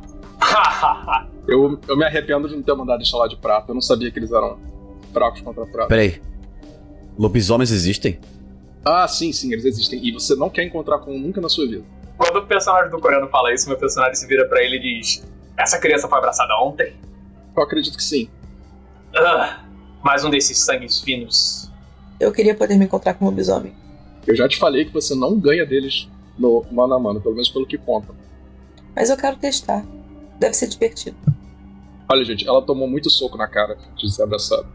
Speaker 3: eu me arrependo de não ter mandado instalar de prata. Eu não sabia que eles eram fracos contra prata.
Speaker 2: Peraí. Lobisomens existem?
Speaker 3: Ah, sim, eles existem. E você não quer encontrar com um nunca na sua vida.
Speaker 5: Quando o personagem do coreano fala isso, meu personagem se vira pra ele e diz: essa criança foi abraçada ontem?
Speaker 3: Eu acredito que sim.
Speaker 5: Mais um desses sangues finos.
Speaker 4: Eu queria poder me encontrar com um lobisomem.
Speaker 3: Eu já te falei que você não ganha deles no mano a mano, pelo menos pelo que conta.
Speaker 4: Mas eu quero testar. Deve ser divertido.
Speaker 3: Olha, gente, ela tomou muito soco na cara de ser abraçada.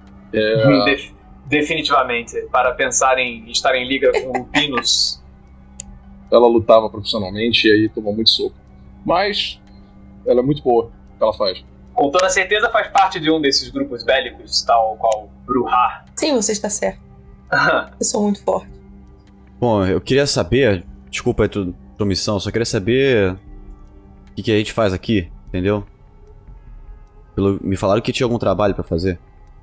Speaker 5: Definitivamente. Para pensar em estar em liga com lupinos.
Speaker 3: Ela lutava profissionalmente e aí tomou muito soco. Mas ela é muito boa o que ela faz.
Speaker 5: Com toda certeza faz parte de um desses grupos bélicos, tal qual Bruhar.
Speaker 4: Sim, você está certo. Eu sou muito forte.
Speaker 2: Bom, eu queria saber... Desculpa aí tua missão, só queria saber... O que a gente faz aqui, entendeu? Me falaram que tinha algum trabalho pra fazer.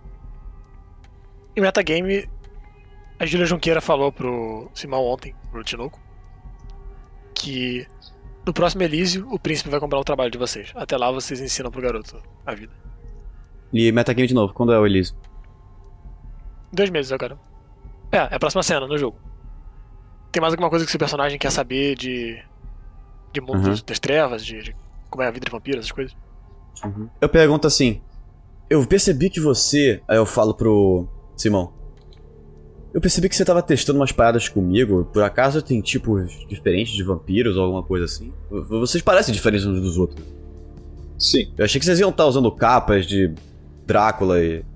Speaker 1: Em metagame, a Júlia Junqueira falou pro Simão ontem, pro Tinoco, que no próximo Elísio o príncipe vai comprar o trabalho de vocês. Até lá vocês ensinam pro garoto a vida.
Speaker 2: E metagame de novo, quando é o Elísio?
Speaker 1: 2 meses agora. É a próxima cena no jogo. Tem mais alguma coisa que seu personagem quer saber de mundo das trevas, de como é a vida de vampiro, essas coisas?
Speaker 2: Eu pergunto assim, eu percebi que você... Aí eu falo pro Simão, eu percebi que você tava testando umas paradas comigo. Por acaso tem tipos diferentes de vampiros ou alguma coisa assim? Vocês parecem diferentes uns dos outros.
Speaker 3: Sim.
Speaker 2: Eu achei que vocês iam estar usando capas de Drácula e...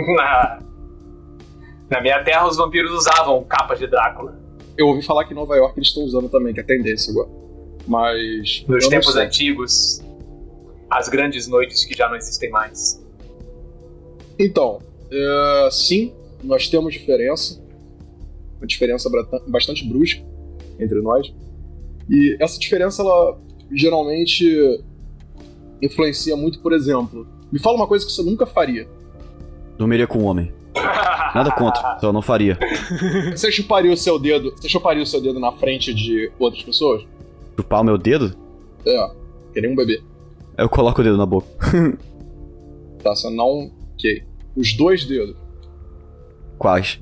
Speaker 5: Na minha terra os vampiros usavam capas de Drácula.
Speaker 3: Eu ouvi falar que em Nova York eles estão usando também, que é tendência agora. Mas...
Speaker 5: Nos tempos antigos, as grandes noites que já não existem mais.
Speaker 3: Então, sim, nós temos diferença. Uma diferença bastante brusca entre nós. E essa diferença, ela geralmente influencia muito, por exemplo... Me fala uma coisa que você nunca faria.
Speaker 2: Dormiria com um homem. Nada contra, só não faria.
Speaker 3: Você chuparia o seu dedo na frente de outras pessoas?
Speaker 2: Chupar o meu dedo?
Speaker 3: É, que nem um bebê.
Speaker 2: Eu coloco o dedo na boca.
Speaker 3: Tá, você não... Ok. Os 2 dedos.
Speaker 2: Quais?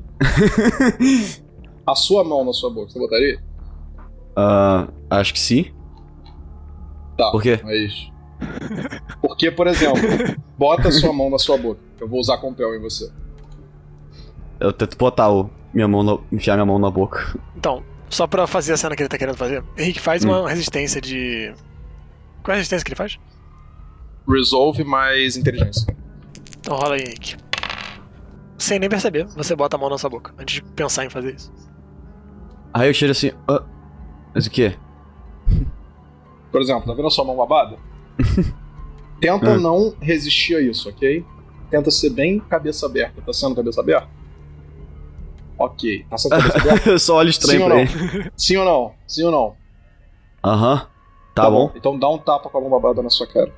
Speaker 3: A sua mão na sua boca, você botaria?
Speaker 2: Acho que sim.
Speaker 3: Tá.
Speaker 2: Por quê?
Speaker 3: Mas... Porque, por exemplo, bota a sua mão na sua boca. Eu vou usar compel em você.
Speaker 2: Eu tento botar enfiar minha mão na boca.
Speaker 1: Então, só pra fazer a cena que ele tá querendo fazer, Henrique faz uma resistência de... Qual é a resistência que ele faz?
Speaker 3: Resolve mais inteligência.
Speaker 1: Então rola aí, Henrique. Sem nem perceber, você bota a mão na sua boca, antes de pensar em fazer isso.
Speaker 2: Aí eu cheiro assim... Mas o quê?
Speaker 3: Por exemplo, tá vendo a sua mão babada? Tenta não resistir a isso, ok? Tenta ser bem cabeça aberta. Tá sendo cabeça aberta? Ok. Tá sendo cabeça aberta?
Speaker 2: Eu só olho estranho pra ele.
Speaker 3: Sim ou não? Sim ou não?
Speaker 2: Aham. Tá bom.
Speaker 3: Então dá um tapa com a mão babada na sua cara.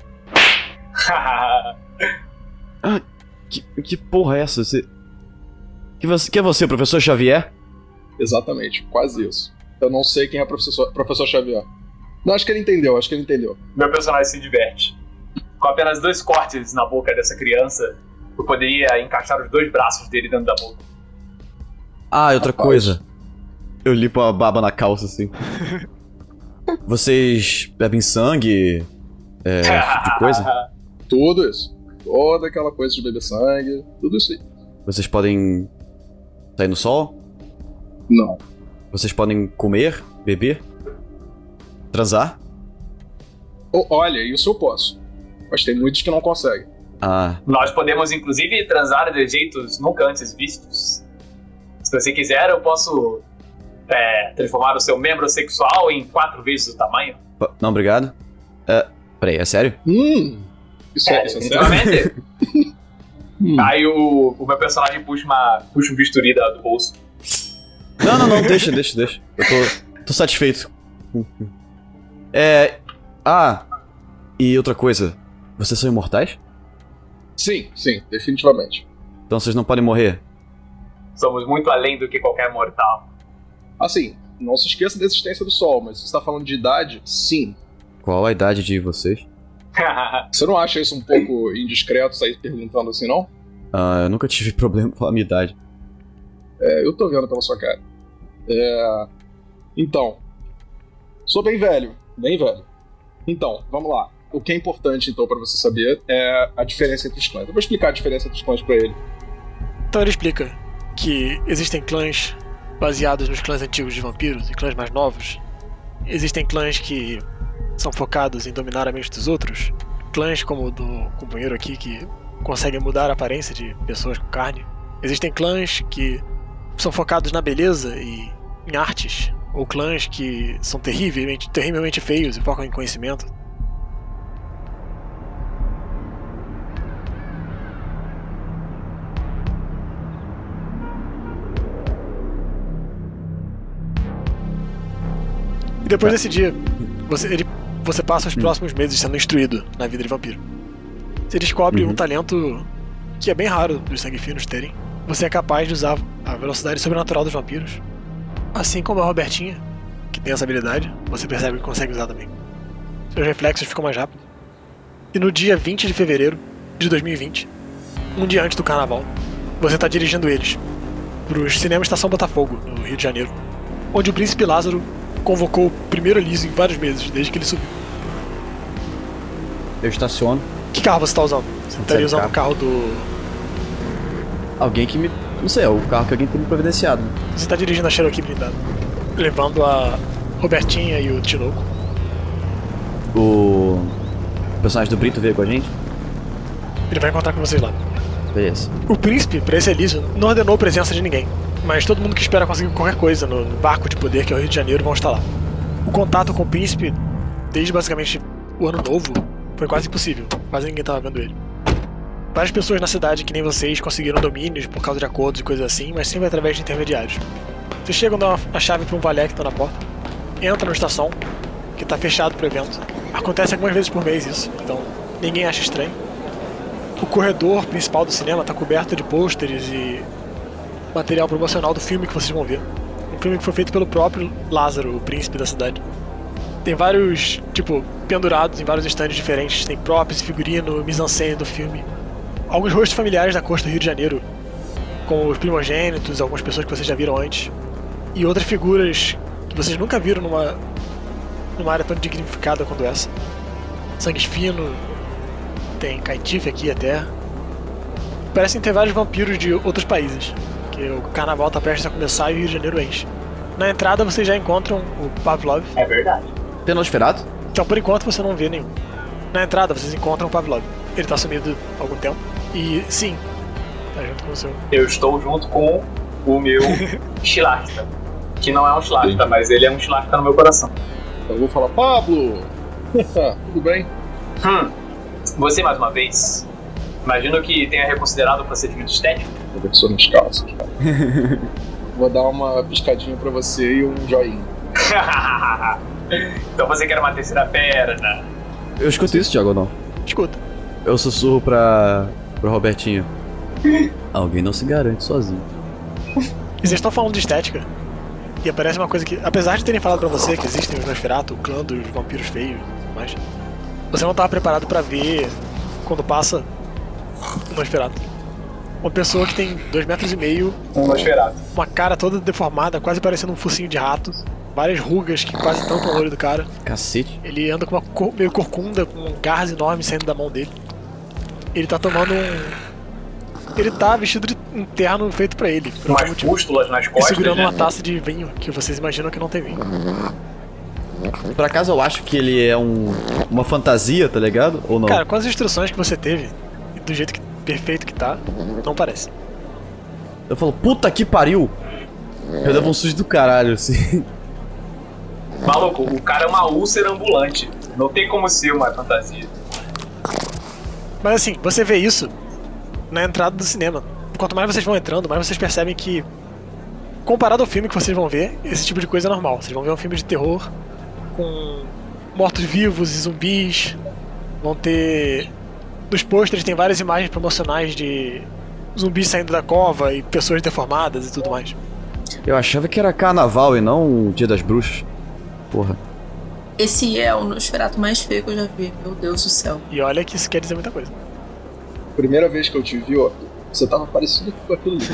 Speaker 2: Que porra é essa? Quem é você, professor Xavier?
Speaker 3: Exatamente, quase isso. Eu não sei quem é professor Xavier. Não, acho que ele entendeu.
Speaker 5: Meu personagem se diverte. Com apenas 2 cortes na boca dessa criança, eu poderia encaixar os 2 braços dele dentro da boca.
Speaker 2: Ah, outra coisa. Eu limpo a baba na calça, assim. Vocês bebem sangue? Esse tipo de coisa?
Speaker 3: Tudo isso. Toda aquela coisa de beber sangue, tudo isso aí.
Speaker 2: Vocês podem sair no sol?
Speaker 3: Não.
Speaker 2: Vocês podem comer, beber, transar?
Speaker 3: Olha, isso eu posso. Mas tem muitos que não conseguem.
Speaker 5: Nós podemos, inclusive, transar de jeitos nunca antes vistos. Se você quiser, eu posso transformar o seu membro sexual em 4 vezes o tamanho.
Speaker 2: Não, obrigado. Peraí, é sério?
Speaker 3: Isso é
Speaker 5: definitivamente.
Speaker 3: sério?
Speaker 5: Aí o meu personagem puxa um bisturi do bolso.
Speaker 2: Não, deixa. Eu tô satisfeito. E outra coisa. Vocês são imortais?
Speaker 3: Sim, definitivamente.
Speaker 2: Então vocês não podem morrer?
Speaker 5: Somos muito além do que qualquer mortal.
Speaker 3: Assim, não se esqueça da existência do Sol, mas se você tá falando de idade, sim.
Speaker 2: Qual a idade de vocês?
Speaker 3: Você não acha isso um pouco indiscreto sair perguntando assim, não?
Speaker 2: Eu nunca tive problema com a minha idade.
Speaker 3: Eu tô vendo pela sua cara. Então, sou bem velho. Então, vamos lá. O que é importante, então, pra você saber é a diferença entre os clãs. Eu vou explicar a diferença entre os clãs pra ele.
Speaker 1: Então ele explica que existem clãs baseados nos clãs antigos de vampiros e clãs mais novos. Existem clãs que são focados em dominar a mente dos outros. Clãs como o do companheiro aqui, que conseguem mudar a aparência de pessoas com carne. Existem clãs que são focados na beleza e em artes. Ou clãs que são terrivelmente feios e focam em conhecimento. E depois desse dia, você passa os próximos meses sendo instruído na vida de vampiro. Você descobre um talento que é bem raro dos sangue finos terem. Você é capaz de usar a velocidade sobrenatural dos vampiros. Assim como a Robertinha, que tem essa habilidade, você percebe que consegue usar também. Seus reflexos ficam mais rápidos. E no dia 20 de fevereiro de 2020, um dia antes do carnaval, você está dirigindo eles pro cinema Estação Botafogo, no Rio de Janeiro, onde o Príncipe Lázaro convocou o primeiro Elísio em vários meses, desde que ele subiu.
Speaker 2: Eu estaciono.
Speaker 1: Que carro você tá usando? Você estaria usando o carro do...
Speaker 2: Alguém que me... Não sei, é o carro que alguém tem me providenciado.
Speaker 1: Você tá dirigindo a Cherokee blindada, levando a Robertinha e o Tinoco.
Speaker 2: O personagem do Brito veio com a gente?
Speaker 1: Ele vai encontrar com vocês lá.
Speaker 2: Beleza.
Speaker 1: O príncipe, pra esse Elísio, não ordenou a presença de ninguém. Mas todo mundo que espera conseguir qualquer coisa no barco de poder que é o Rio de Janeiro vão estar lá. O contato com o príncipe, desde basicamente o ano novo, foi quase impossível. Quase ninguém estava vendo ele. Várias pessoas na cidade, que nem vocês, conseguiram domínios por causa de acordos e coisas assim, mas sempre através de intermediários. Vocês chegam, dão a chave para um valé que está na porta, entra na estação, que está fechado pro evento. Acontece algumas vezes por mês isso, então ninguém acha estranho. O corredor principal do cinema está coberto de pôsteres e material promocional do filme que vocês vão ver. Um filme que foi feito pelo próprio Lázaro, o príncipe da cidade. Tem vários, pendurados em vários estandes diferentes. Tem props, figurino, mise-en-scène do filme. Alguns rostos familiares da costa do Rio de Janeiro, como os primogênitos, algumas pessoas que vocês já viram antes. E outras figuras que vocês nunca viram numa área tão dignificada quanto essa. Sangue fino, tem caitife aqui até. Parecem ter vários vampiros de outros países. O carnaval tá prestes a começar e o Rio de Janeiro enche. Na entrada vocês já encontram o Pavlov.
Speaker 5: É verdade.
Speaker 2: Tem Nosferatu?
Speaker 1: Então por enquanto você não vê nenhum. Na entrada vocês encontram o Pavlov. Ele tá sumido há algum tempo. E sim, tá junto com o seu.
Speaker 5: Eu estou junto com o meu Shilakta. Que não é um Shilakta, mas ele é um Shilakta no meu coração.
Speaker 3: Eu vou falar, Pablo! Tudo bem?
Speaker 5: Você mais uma vez. Imagino que tenha reconsiderado o procedimento estético.
Speaker 3: Vou ver que sou nos calços, cara. Vou dar uma piscadinha pra você e um joinha.
Speaker 5: Então você quer uma terceira perna?
Speaker 2: Eu escuto isso, Thiago, ou não?
Speaker 1: Escuta.
Speaker 2: Eu sussurro pro Robertinho. Alguém não se garante sozinho.
Speaker 1: E vocês estão falando de estética. E aparece uma coisa que, apesar de terem falado pra você que existem os Nosferatu, o clã dos vampiros feios e tudo mais, você não tava preparado pra ver quando passa o Nosferatu. Uma pessoa que tem 2,5 metros.
Speaker 5: Um Nosferatu.
Speaker 1: Uma cara toda deformada, quase parecendo um focinho de rato. Várias rugas que quase tampam o olho do cara.
Speaker 2: Cacete.
Speaker 1: Ele anda com uma meio corcunda, com garras enormes saindo da mão dele. Ele tá tomando Ele tá vestido de um terno feito pra ele. Por
Speaker 5: umas pústulas nas
Speaker 1: e
Speaker 5: costas,
Speaker 1: segurando
Speaker 5: né?
Speaker 1: uma taça de vinho, que vocês imaginam que não tem vinho.
Speaker 2: Por acaso eu acho que ele é uma fantasia, tá ligado? Ou não?
Speaker 1: Cara, com as instruções que você teve, e do jeito perfeito que tá, não parece.
Speaker 2: Eu falo, puta que pariu! Eu dava um susto do caralho, assim.
Speaker 5: Maluco, o cara é uma úlcera ambulante. Não tem como ser uma fantasia.
Speaker 1: Mas assim, você vê isso na entrada do cinema. Quanto mais vocês vão entrando, mais vocês percebem que, comparado ao filme que vocês vão ver, esse tipo de coisa é normal. Vocês vão ver um filme de terror com mortos-vivos e zumbis. Vão ter... Nos pôsteres tem várias imagens promocionais de zumbis saindo da cova e pessoas deformadas e tudo mais.
Speaker 2: Eu achava que era carnaval e não o Dia das Bruxas. Porra.
Speaker 4: Esse é o Nosferatu mais feio que eu já vi, meu Deus do céu.
Speaker 1: E olha que isso quer dizer muita coisa.
Speaker 3: Primeira vez que eu te vi, ó, você tava parecido com aquilo ali.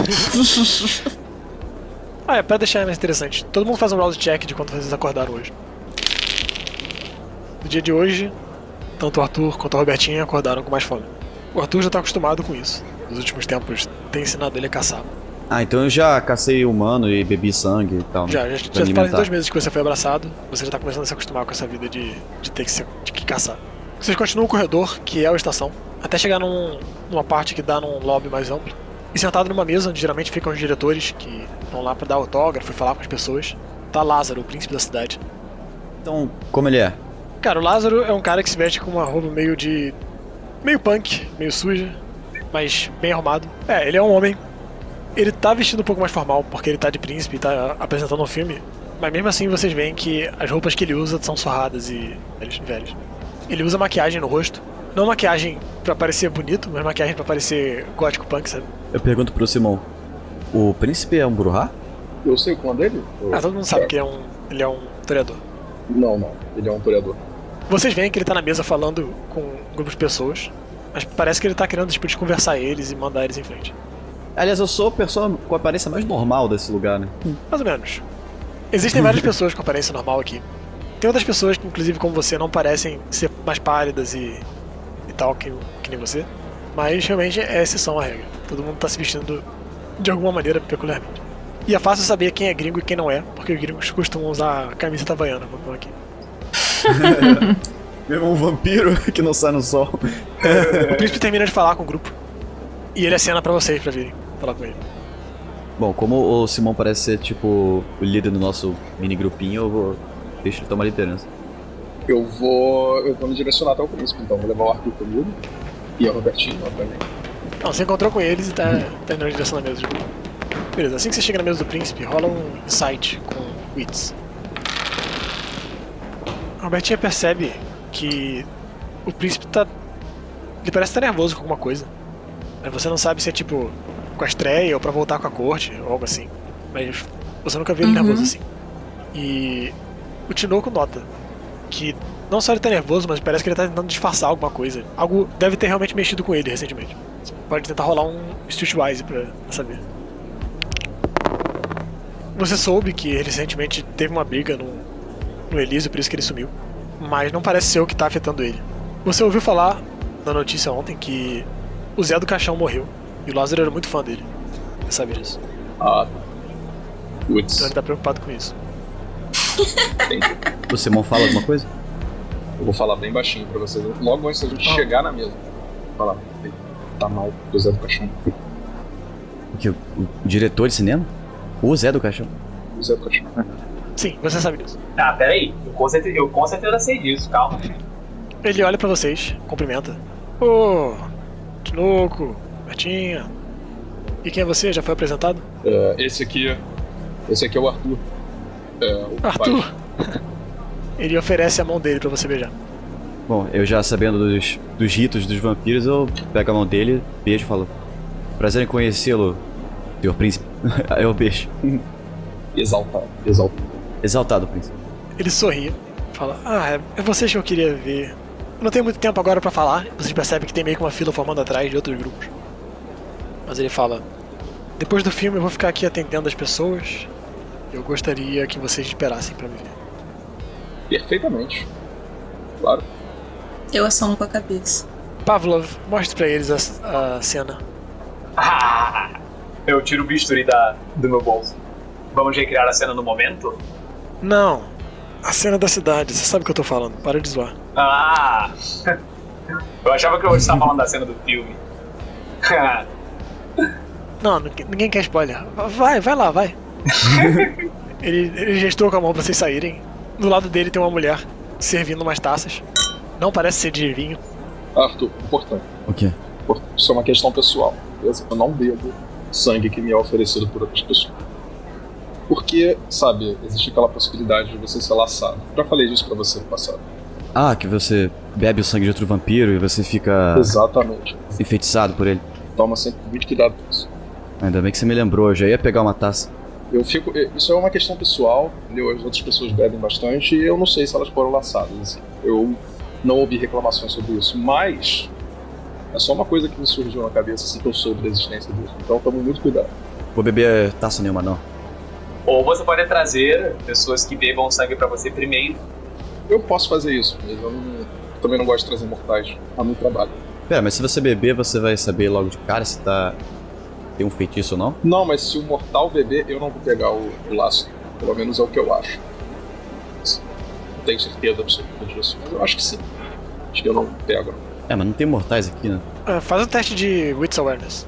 Speaker 1: Pra deixar mais interessante, todo mundo faz um rouse check de quando vocês acordaram hoje. No dia de hoje, tanto o Arthur quanto a Robertinha acordaram com mais fome. O Arthur já tá acostumado com isso. Nos últimos tempos, tem ensinado ele a caçar.
Speaker 2: Então eu já cacei humano e bebi sangue e tal, né?
Speaker 1: Já faz 2 meses que você foi abraçado, você já tá começando a se acostumar com essa vida de ter que caçar. Vocês continuam o corredor, que é a estação, até chegar numa parte que dá num lobby mais amplo. E sentado numa mesa, onde geralmente ficam os diretores, que estão lá pra dar autógrafo e falar com as pessoas, tá Lázaro, o príncipe da cidade.
Speaker 2: Então, como ele é?
Speaker 1: Cara, o Lázaro é um cara que se veste com uma roupa meio punk, meio suja, mas bem arrumado. Ele é um homem. Ele tá vestido um pouco mais formal, porque ele tá de príncipe e tá apresentando um filme. Mas mesmo assim vocês veem que as roupas que ele usa são surradas e velhos. Ele usa maquiagem no rosto. Não maquiagem pra parecer bonito, mas maquiagem pra parecer gótico punk, sabe?
Speaker 2: Eu pergunto pro Simão, o príncipe é um Bruhá?
Speaker 3: Eu sei o clã dele?
Speaker 1: Todo mundo sabe que ele é um toreador.
Speaker 3: Não, ele é um toreador.
Speaker 1: Vocês veem que ele tá na mesa falando com um grupo de pessoas, mas parece que ele tá querendo tipo, desconversar eles e mandar eles em frente.
Speaker 2: Aliás, eu sou a pessoa com a aparência mais normal desse lugar, né?
Speaker 1: Mais ou menos. Existem várias pessoas com aparência normal aqui. Tem outras pessoas que, inclusive como você, não parecem ser mais pálidas e tal, que nem você. Mas realmente é exceção à regra. Todo mundo tá se vestindo de alguma maneira peculiarmente. E é fácil saber quem é gringo e quem não é, porque os gringos costumam usar camiseta havaiana, quando estão aqui.
Speaker 2: Mesmo um vampiro que não sai no sol.
Speaker 1: O príncipe termina de falar com o grupo. E ele acena pra vocês pra virem falar com ele.
Speaker 2: Bom, como o Simão parece ser tipo o líder do nosso mini grupinho, deixa ele tomar liderança.
Speaker 3: Eu vou me direcionar até o príncipe, então vou levar o Arthur comigo e a Robertinha também.
Speaker 1: Não, você encontrou com eles e tá indo na direção da mesa de grupo. Beleza, assim que você chega na mesa do príncipe, rola um insight com wits. A Robertinha percebe que o príncipe tá... Ele parece estar nervoso com alguma coisa. Você não sabe se é tipo com a estreia ou pra voltar com a corte ou algo assim. Mas você nunca viu ele nervoso assim. E o Tinoco nota que não só ele tá nervoso, mas parece que ele tá tentando disfarçar alguma coisa. Algo deve ter realmente mexido com ele recentemente. Você pode tentar rolar um Streetwise pra saber. Você soube que ele recentemente teve uma briga no Elísio, por isso que ele sumiu. Mas não parece ser o que tá afetando ele. Você ouviu falar na notícia ontem que o Zé do Caixão morreu. E o Lázaro era muito fã dele. Você sabe disso.
Speaker 3: Putz.
Speaker 1: Então ele tá preocupado com isso.
Speaker 2: O Simão fala alguma coisa?
Speaker 3: Eu vou falar bem baixinho pra vocês. Logo antes da gente chegar na mesa. Vou falar, tá mal do Zé do Caixão.
Speaker 2: O diretor de cinema? O Zé do Caixão?
Speaker 3: O Zé do Caixão.
Speaker 1: Sim, você sabe disso.
Speaker 5: Peraí. Eu com certeza sei disso, calma.
Speaker 1: Ele olha pra vocês, cumprimenta. Ô, Tinoco, Bertinha. E quem é você? Já foi apresentado?
Speaker 3: Esse aqui é o Arthur. O
Speaker 1: Arthur? Ele oferece a mão dele pra você beijar.
Speaker 2: Bom, eu já sabendo dos ritos dos vampiros, eu pego a mão dele, beijo e falo: prazer em conhecê-lo, senhor príncipe. Aí eu beijo. Exaltado, príncipe.
Speaker 1: Ele sorri, fala: é vocês que eu queria ver. Eu não tenho muito tempo agora pra falar. Vocês percebem que tem meio que uma fila formando atrás de outros grupos. Mas ele fala: depois do filme eu vou ficar aqui atendendo as pessoas. Eu gostaria que vocês esperassem pra me ver.
Speaker 3: Perfeitamente. Claro.
Speaker 4: Eu assomo com a cabeça.
Speaker 1: Pavlov, mostre pra eles a cena.
Speaker 5: Eu tiro o bisturi do meu bolso. Vamos recriar a cena no momento?
Speaker 1: Não, a cena da cidade, você sabe o que eu tô falando, para de zoar.
Speaker 5: Eu achava que eu estava falando da cena do filme.
Speaker 1: Não, ninguém quer spoiler. Vai lá, vai. Ele gestou com a mão pra vocês saírem. Do lado dele tem uma mulher servindo umas taças. Não parece ser de vinho.
Speaker 3: Arthur, importante.
Speaker 2: O quê?
Speaker 3: Isso é uma questão pessoal. Eu não bebo sangue que me é oferecido por outras pessoas. Porque, sabe, existe aquela possibilidade de você ser laçado. Já falei disso pra você no passado.
Speaker 2: Ah, que você bebe o sangue de outro vampiro e você fica...
Speaker 3: Exatamente.
Speaker 2: Enfeitiçado por ele.
Speaker 3: Toma sempre muito cuidado com isso.
Speaker 2: Ainda bem que você me lembrou, eu já ia pegar uma taça.
Speaker 3: Isso é uma questão pessoal, entendeu? As outras pessoas bebem bastante e eu não sei se elas foram laçadas. Assim. Eu não ouvi reclamações sobre isso, mas é só uma coisa que me surgiu na cabeça assim que eu soube da existência disso. Então tome muito cuidado.
Speaker 2: Vou beber taça nenhuma, não.
Speaker 5: Ou você pode trazer pessoas que bebam sangue pra você primeiro.
Speaker 3: Eu posso fazer isso, mas eu também não gosto de trazer mortais a meu trabalho.
Speaker 2: Pera, mas se você beber, você vai saber logo de cara se tem um feitiço ou não?
Speaker 3: Não, mas se o mortal beber, eu não vou pegar o laço. Pelo menos é o que eu acho. Não tenho certeza absoluta disso, mas eu acho que sim. Acho que eu não pego.
Speaker 2: Mas não tem mortais aqui, né?
Speaker 1: Faz um teste de Wits Awareness.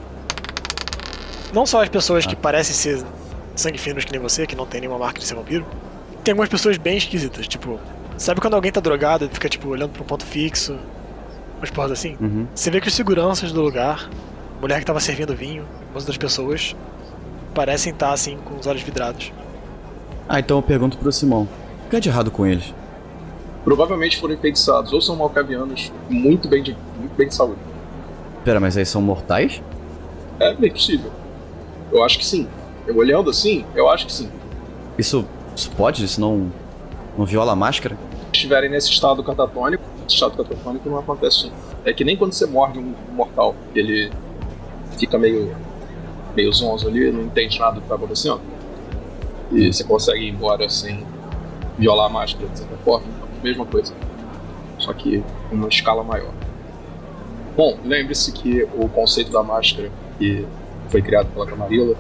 Speaker 1: Não só as pessoas que parecem ser sangue finos que nem você, que não tem nenhuma marca de ser vampiro. Tem algumas pessoas bem esquisitas, tipo... Sabe quando alguém tá drogado e fica, tipo, olhando pra um ponto fixo? Umas porras assim?
Speaker 2: Uhum.
Speaker 1: Você vê que os seguranças do lugar, a mulher que tava servindo vinho, as outras pessoas, parecem estar, assim, com os olhos vidrados.
Speaker 2: Então eu pergunto pro Simão. O que é de errado com eles?
Speaker 3: Provavelmente foram enfeitiçados, ou são malcavianos muito bem de saúde.
Speaker 2: Pera, mas aí são mortais?
Speaker 3: É bem possível. Eu acho que sim. Eu olhando assim, eu acho que sim.
Speaker 2: Isso pode? Isso não viola a máscara?
Speaker 3: Se estiverem nesse estado catatônico não acontece assim. É que nem quando você morde um mortal, ele fica meio zonzo ali, não entende nada do que tá acontecendo. E você consegue ir embora sem violar a máscara, de certa forma. Mesma coisa. Só que em uma escala maior. Bom, lembre-se que o conceito da máscara, que foi criado pela Camarilla,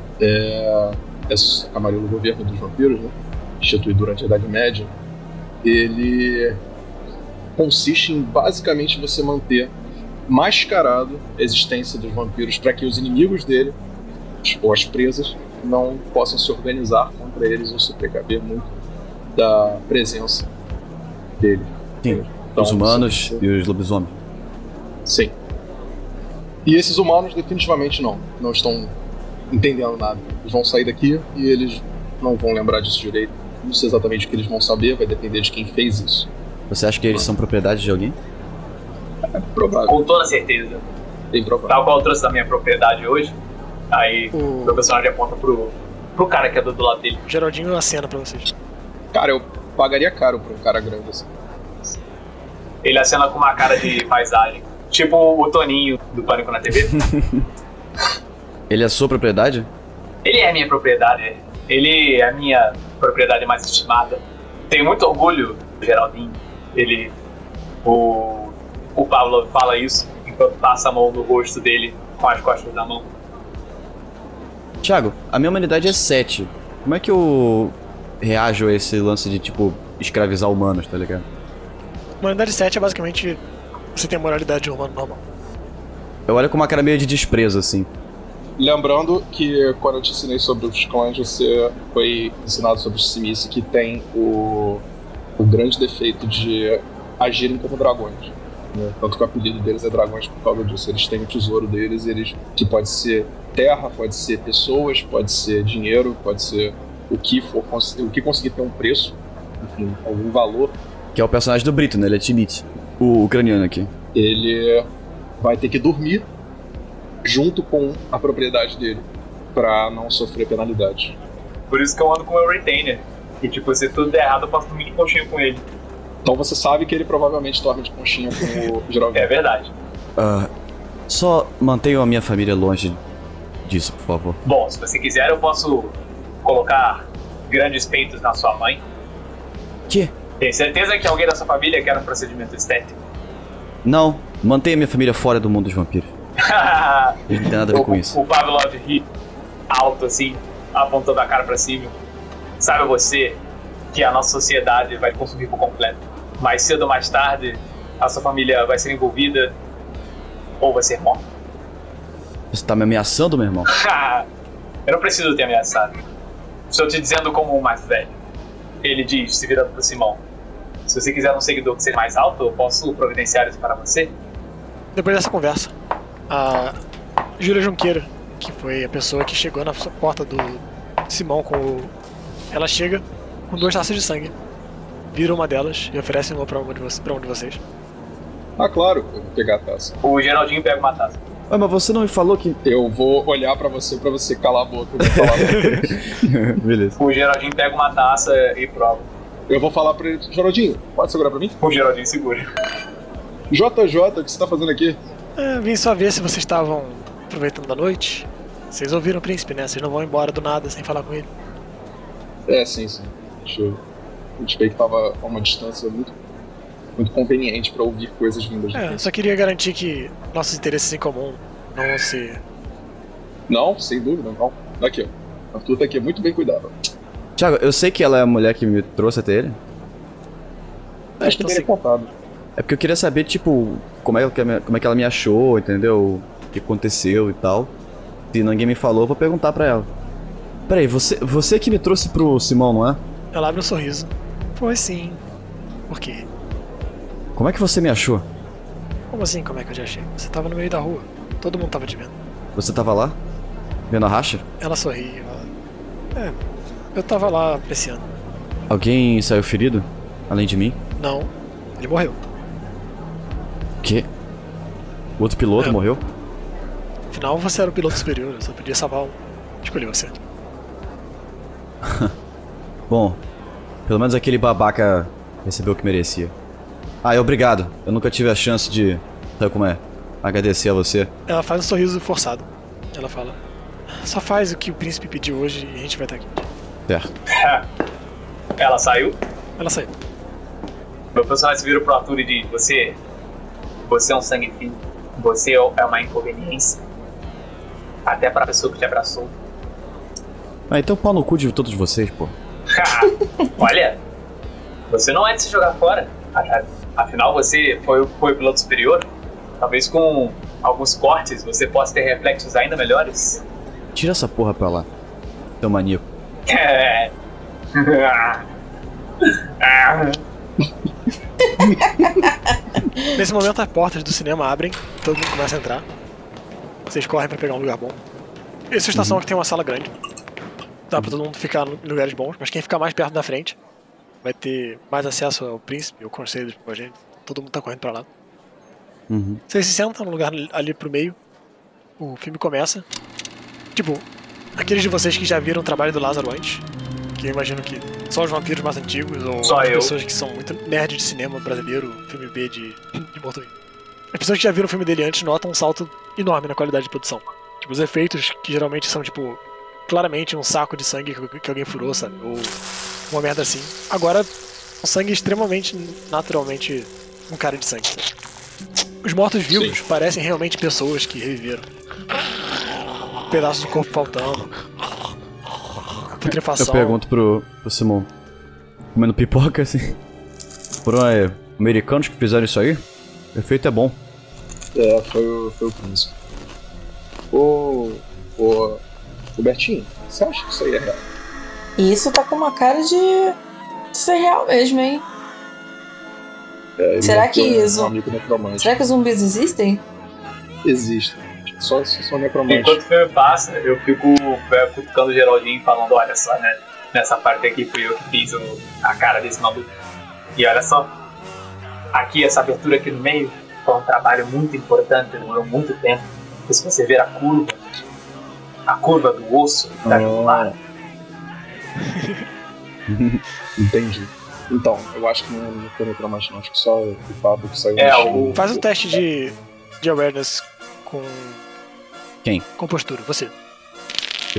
Speaker 3: a Camarilla do governo dos vampiros, né? Instituído durante a Idade Média, ele consiste em basicamente você manter mascarado a existência dos vampiros para que os inimigos dele, ou as presas, não possam se organizar contra eles ou se precaver muito da presença dele.
Speaker 2: Sim,
Speaker 3: então,
Speaker 2: os humanos e os lobisomens.
Speaker 3: Sim. E esses humanos definitivamente não estão entendendo nada. Eles vão sair daqui e eles não vão lembrar disso direito. Não sei exatamente o que eles vão saber, vai depender de quem fez isso.
Speaker 2: Você acha que eles são propriedade de alguém?
Speaker 3: É provável.
Speaker 5: Com toda certeza.
Speaker 3: Bem provável.
Speaker 5: Tal qual eu trouxe da minha propriedade hoje, aí o personagem aponta pro cara que é do lado dele.
Speaker 1: Geraldinho acena pra vocês.
Speaker 3: Cara, eu pagaria caro por um cara grande assim.
Speaker 5: Ele acena com uma cara de paisagem. Tipo o Toninho do Pânico na TV.
Speaker 2: Ele é sua propriedade?
Speaker 5: Ele é minha propriedade. Ele é a minha propriedade mais estimada. Tenho muito orgulho do Geraldinho. O Pablo fala isso enquanto passa a mão no rosto dele com as costas da mão.
Speaker 2: Thiago, a minha humanidade é 7. Como é que eu reajo a esse lance de, tipo, escravizar humanos, tá ligado?
Speaker 1: Humanidade 7 é basicamente você tem a moralidade de humano normal.
Speaker 2: Eu olho com uma cara meio de desprezo, assim.
Speaker 3: Lembrando que quando eu te ensinei sobre os clãs, você foi ensinado sobre os Simici, que tem o grande defeito de agirem como dragões. Né? Tanto que o apelido deles é dragões por causa disso. Eles têm o tesouro deles, que pode ser terra, pode ser pessoas, pode ser dinheiro, pode ser o que conseguir ter um preço, enfim, algum valor.
Speaker 2: Que é o personagem do Brito, né? Ele é Timite, o ucraniano aqui.
Speaker 3: Ele vai ter que dormir junto com a propriedade dele, pra não sofrer penalidade.
Speaker 5: Por isso que eu ando com o meu retainer. E tipo, se tudo der errado, eu posso dormir de conchinha com ele.
Speaker 3: Então você sabe que ele provavelmente dorme de conchinha com o Geraldinho.
Speaker 5: É verdade.
Speaker 2: Só mantenho a minha família longe disso, por favor.
Speaker 5: Bom, se você quiser, eu posso colocar grandes peitos na sua mãe.
Speaker 2: Que?
Speaker 5: Tem certeza que alguém da sua família quer um procedimento estético?
Speaker 2: Não, mantenha minha família fora do mundo dos vampiros. Não tem nada a ver com isso.
Speaker 5: O Pavlov ri alto assim, apontando a cara pra cima. Sabe você que a nossa sociedade vai consumir por completo. Mais cedo ou mais tarde, a sua família vai ser envolvida ou vai ser morta.
Speaker 2: Você tá me ameaçando, meu irmão?
Speaker 5: Eu não preciso te ameaçar. Estou te dizendo como o mais velho. Ele diz, se virando pro Simão. Se você quiser um seguidor que seja mais alto, eu posso providenciar isso para você?
Speaker 1: Depois dessa conversa, a Júlia Junqueira, que foi a pessoa que chegou na porta do Simão ela chega com 2 taças de sangue. Vira uma delas e oferece uma pra um de vocês.
Speaker 3: Ah, claro, eu vou pegar a taça.
Speaker 5: O Geraldinho pega uma taça.
Speaker 2: Mas você não me falou que...
Speaker 3: Eu vou olhar pra você calar a boca. Eu vou falar
Speaker 2: Beleza.
Speaker 5: O Geraldinho pega uma taça e prova.
Speaker 3: Eu vou falar pra ele, Geraldinho, pode segurar pra mim?
Speaker 5: O Geraldinho segura.
Speaker 3: JJ, o que você tá fazendo aqui?
Speaker 1: Vim só ver se vocês estavam aproveitando a noite. Vocês ouviram o príncipe, né? Vocês não vão embora do nada sem falar com ele.
Speaker 3: Sim. Eu notei que tava a uma distância muito conveniente pra ouvir coisas vindas de
Speaker 1: Eu só queria garantir que nossos interesses em comum não vão ser...
Speaker 3: Não, sem dúvida, não. Aqui, ó. Arthur tá aqui, muito bem cuidado.
Speaker 2: Thiago, eu sei que ela é a mulher que me trouxe até ele.
Speaker 3: Acho que teria contado.
Speaker 2: É porque eu queria saber, tipo, como é que ela me achou, entendeu? O que aconteceu e tal. Se ninguém me falou, eu vou perguntar pra ela. Peraí, você que me trouxe pro Simão, não é?
Speaker 1: Ela abre um sorriso. Foi sim. Por quê?
Speaker 2: Como é que você me achou?
Speaker 1: Como assim, como é que eu te achei? Você tava no meio da rua. Todo mundo tava te vendo.
Speaker 2: Você tava lá? Vendo a racha?
Speaker 1: Ela sorri. Eu tava lá apreciando.
Speaker 2: Alguém saiu ferido? Além de mim?
Speaker 1: Não, ele morreu.
Speaker 2: O quê? O outro piloto morreu?
Speaker 1: Afinal, você era o piloto superior, eu só podia salvar um. Escolhi você.
Speaker 2: Bom, pelo menos aquele babaca recebeu o que merecia. Obrigado. Eu nunca tive a chance de... Sabe como é? Agradecer a você.
Speaker 1: Ela faz um sorriso forçado. Ela fala: só faz o que o príncipe pediu hoje e a gente vai estar aqui.
Speaker 2: Certo.
Speaker 5: Ela saiu?
Speaker 1: Ela saiu.
Speaker 5: Meu personagem se virou pro Arthur e diz: Você é um sangue fino. Você é uma inconveniência. Até pra pessoa que te abraçou.
Speaker 2: Então pau no cu de todos vocês, pô.
Speaker 5: Olha, você não é de se jogar fora. Afinal, você foi o piloto superior. Talvez com alguns cortes você possa ter reflexos ainda melhores.
Speaker 2: Tira essa porra pra lá, seu maníaco.
Speaker 1: Nesse momento as portas do cinema abrem, todo mundo começa a entrar. Vocês correm pra pegar um lugar bom. Essa estação aqui tem uma sala grande. Dá pra todo mundo ficar em lugares bons, mas quem ficar mais perto da frente vai ter mais acesso ao príncipe, ao conselho com a gente. Todo mundo tá correndo pra lá. Vocês se sentam no lugar ali pro meio. O filme começa. Tipo, aqueles de vocês que já viram o trabalho do Lázaro antes, que eu imagino que só os vampiros mais antigos, ou pessoas que são muito nerds de cinema brasileiro, filme B de Morto-Vivo. As pessoas que já viram o filme dele antes notam um salto enorme na qualidade de produção. Tipo, os efeitos que geralmente são, tipo, claramente um saco de sangue que alguém furou, sabe? Ou uma merda assim. Agora, um sangue extremamente, naturalmente, um cara de sangue, sabe? Os mortos-vivos parecem realmente pessoas que reviveram. Pedaços do corpo faltando. Putrefação.
Speaker 2: Eu pergunto pro Simão, comendo pipoca assim. Foram americanos que fizeram isso aí? O efeito é bom.
Speaker 3: Foi o príncipe. Ô Bertinho, você acha que isso aí é real?
Speaker 4: Isso tá com uma cara de ser real mesmo, hein? Será que zumbis existem?
Speaker 3: Existem. Só necromantes.
Speaker 5: Enquanto o filme passa, eu fico cutucando o Geraldinho falando: olha só, né? Nessa parte aqui fui eu que fiz a cara desse maluco. E olha só, aqui essa abertura aqui no meio foi um trabalho muito importante, demorou muito tempo. Porque se você ver a curva do osso que tá juntado.
Speaker 3: Entendi. Então, eu acho que não foi necromante não, acho que só o Pablo que saiu.
Speaker 1: Faz um teste de awareness com...
Speaker 2: Quem?
Speaker 1: Com postura, você.
Speaker 2: que eu...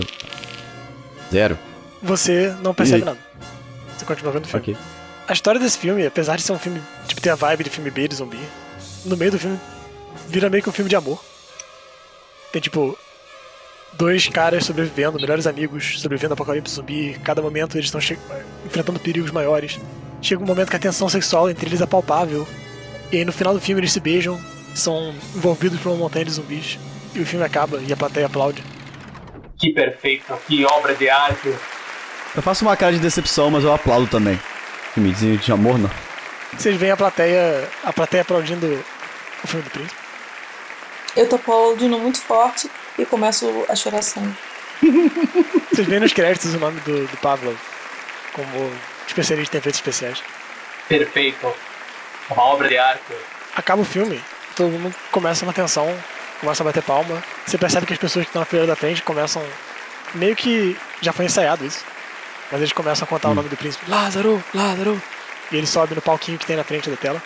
Speaker 2: 0.
Speaker 1: Você não percebe nada. Você continua vendo o filme.
Speaker 2: Ok.
Speaker 1: A história desse filme, apesar de ser um filme, tipo, ter a vibe de filme B de zumbi, no meio do filme vira meio que um filme de amor. Tem, tipo, 2 caras sobrevivendo, melhores amigos, sobrevivendo ao apocalipse zumbi. Cada momento eles estão enfrentando perigos maiores. Chega um momento que a tensão sexual entre eles é palpável. E aí no final do filme eles se beijam, são envolvidos por uma montanha de zumbis. E o filme acaba e a plateia aplaude.
Speaker 5: Que perfeito, que obra de arte.
Speaker 2: Eu faço uma cara de decepção, mas eu aplaudo também. Filmezinho de amor, não.
Speaker 1: Vocês veem a plateia aplaudindo o filme do príncipe.
Speaker 4: Eu tô aplaudindo muito forte e começo a chorar sangue.
Speaker 1: Vocês veem nos créditos o nome do Pavlov como especialista em efeitos especiais.
Speaker 5: Perfeito. Uma obra de arte.
Speaker 1: Acaba o filme, todo mundo começa uma tensão, começa a bater palma. Você percebe que as pessoas que estão na fileira da frente começam... Meio que já foi ensaiado isso. Mas eles começam a contar o nome do príncipe. Lázaro, Lázaro. E ele sobe no palquinho que tem na frente da tela.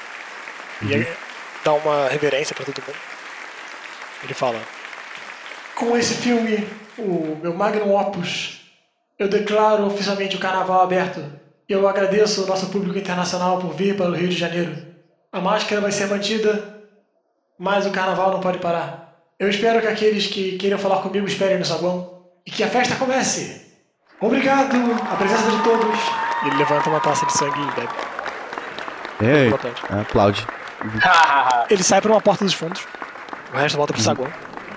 Speaker 1: E aí dá uma reverência pra todo mundo. Ele fala: com esse filme, o meu magnum opus, eu declaro oficialmente o carnaval aberto. E eu agradeço ao nosso público internacional por vir para o Rio de Janeiro. A máscara vai ser mantida, mas o carnaval não pode parar. Eu espero que aqueles que queiram falar comigo esperem no saguão. E que a festa comece! Obrigado! A presença de todos! E ele levanta uma taça de sangue e bebe.
Speaker 2: Ei, aplaude.
Speaker 1: Ele sai por uma porta dos fundos. O resto volta pro saguão.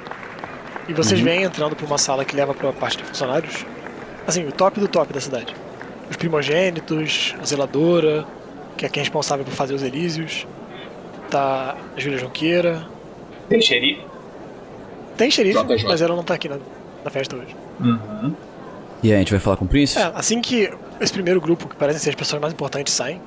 Speaker 1: E vocês vêm entrando por uma sala que leva pra parte de funcionários. Assim, o top do top da cidade. Os primogênitos, a zeladora, que é quem é responsável por fazer os Elísios. Tá a Júlia Junqueira.
Speaker 5: Tem xerife?
Speaker 1: Tem xerife,
Speaker 3: JJ.
Speaker 1: mas ela não tá aqui na festa hoje.
Speaker 2: E aí, a gente vai falar com o príncipe?
Speaker 1: Assim que esse primeiro grupo, que parecem ser as pessoas mais importantes, saem,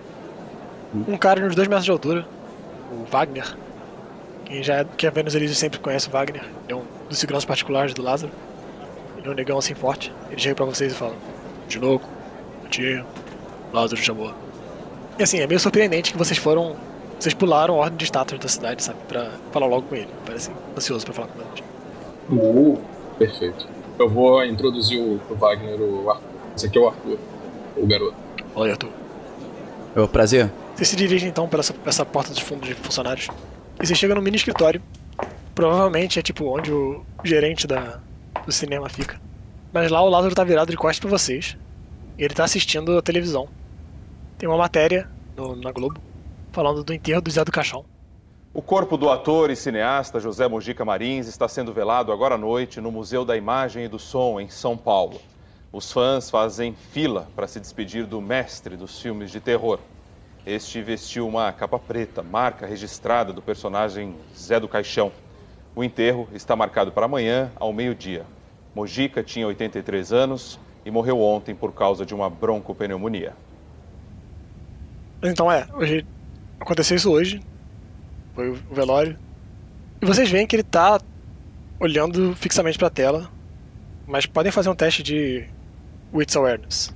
Speaker 1: um cara de uns 2 metros de altura, o Wagner, quem vê nos Elísios sempre conhece o Wagner, ele é um dos seguranças particulares do Lázaro, ele é um negão assim forte, ele chega pra vocês e fala: de louco, tia, Lázaro chamou. E assim, é meio surpreendente que vocês pularam a ordem de status da cidade, sabe, pra falar logo com ele, parece ansioso pra falar com ele.
Speaker 3: Perfeito. Eu vou introduzir o Wagner, o Arthur. Esse aqui é o Arthur, o garoto.
Speaker 1: Olha, Arthur.
Speaker 2: Prazer.
Speaker 1: Vocês se dirigem então para essa porta dos fundos de funcionários. E você chega no mini escritório. Provavelmente é tipo onde o gerente do cinema fica. Mas lá o Lázaro tá virado de costas pra vocês. E ele tá assistindo a televisão. Tem uma matéria na Globo falando do enterro do Zé do Caixão.
Speaker 6: O corpo do ator e cineasta José Mojica Marins está sendo velado agora à noite no Museu da Imagem e do Som, em São Paulo. Os fãs fazem fila para se despedir do mestre dos filmes de terror. Este vestiu uma capa preta, marca registrada do personagem Zé do Caixão. O enterro está marcado para amanhã, ao meio-dia. Mojica tinha 83 anos e morreu ontem por causa de uma broncopneumonia.
Speaker 1: Então hoje aconteceu isso hoje. Foi o velório. E vocês veem que ele tá olhando fixamente pra tela. Mas podem fazer um teste de Wits Awareness.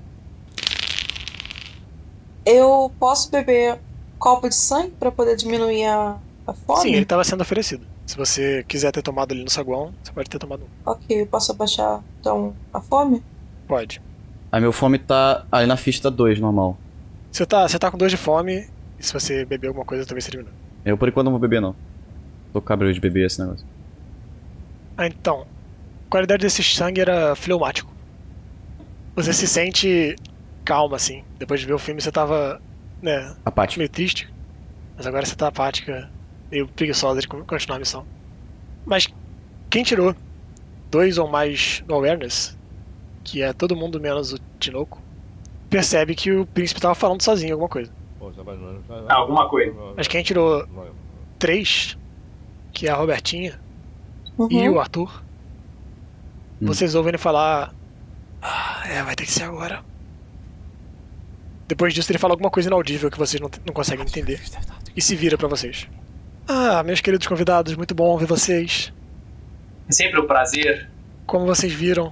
Speaker 4: Eu posso beber copo de sangue pra poder diminuir a fome?
Speaker 1: Sim, ele tava sendo oferecido. Se você quiser ter tomado ali no saguão, você pode ter tomado um.
Speaker 4: Ok, eu posso abaixar então a fome?
Speaker 1: Pode.
Speaker 2: A meu fome tá ali na ficha, tá 2, normal.
Speaker 1: Você tá com 2 de fome, e se você beber alguma coisa também você diminui.
Speaker 2: Eu por enquanto não vou beber não. Tô cabreiro de beber esse negócio.
Speaker 1: Então, a qualidade desse sangue era fleumático. Você se sente calma, assim. Depois de ver o filme você tava,
Speaker 2: apático.
Speaker 1: meio triste. Mas agora você tá apática, meio preguiçosa de continuar a missão. Mas quem tirou 2 ou mais no Awareness, que é todo mundo menos o Tinoco, percebe que o príncipe tava falando sozinho alguma coisa.
Speaker 5: Alguma coisa.
Speaker 1: Mas quem tirou 3, que é a Robertinha e o Arthur, vocês ouvem ele falar: vai ter que ser agora. Depois disso ele fala alguma coisa inaudível que vocês não conseguem entender. E se vira pra vocês. Meus queridos convidados, muito bom ver vocês.
Speaker 5: É sempre um prazer.
Speaker 1: Como vocês viram,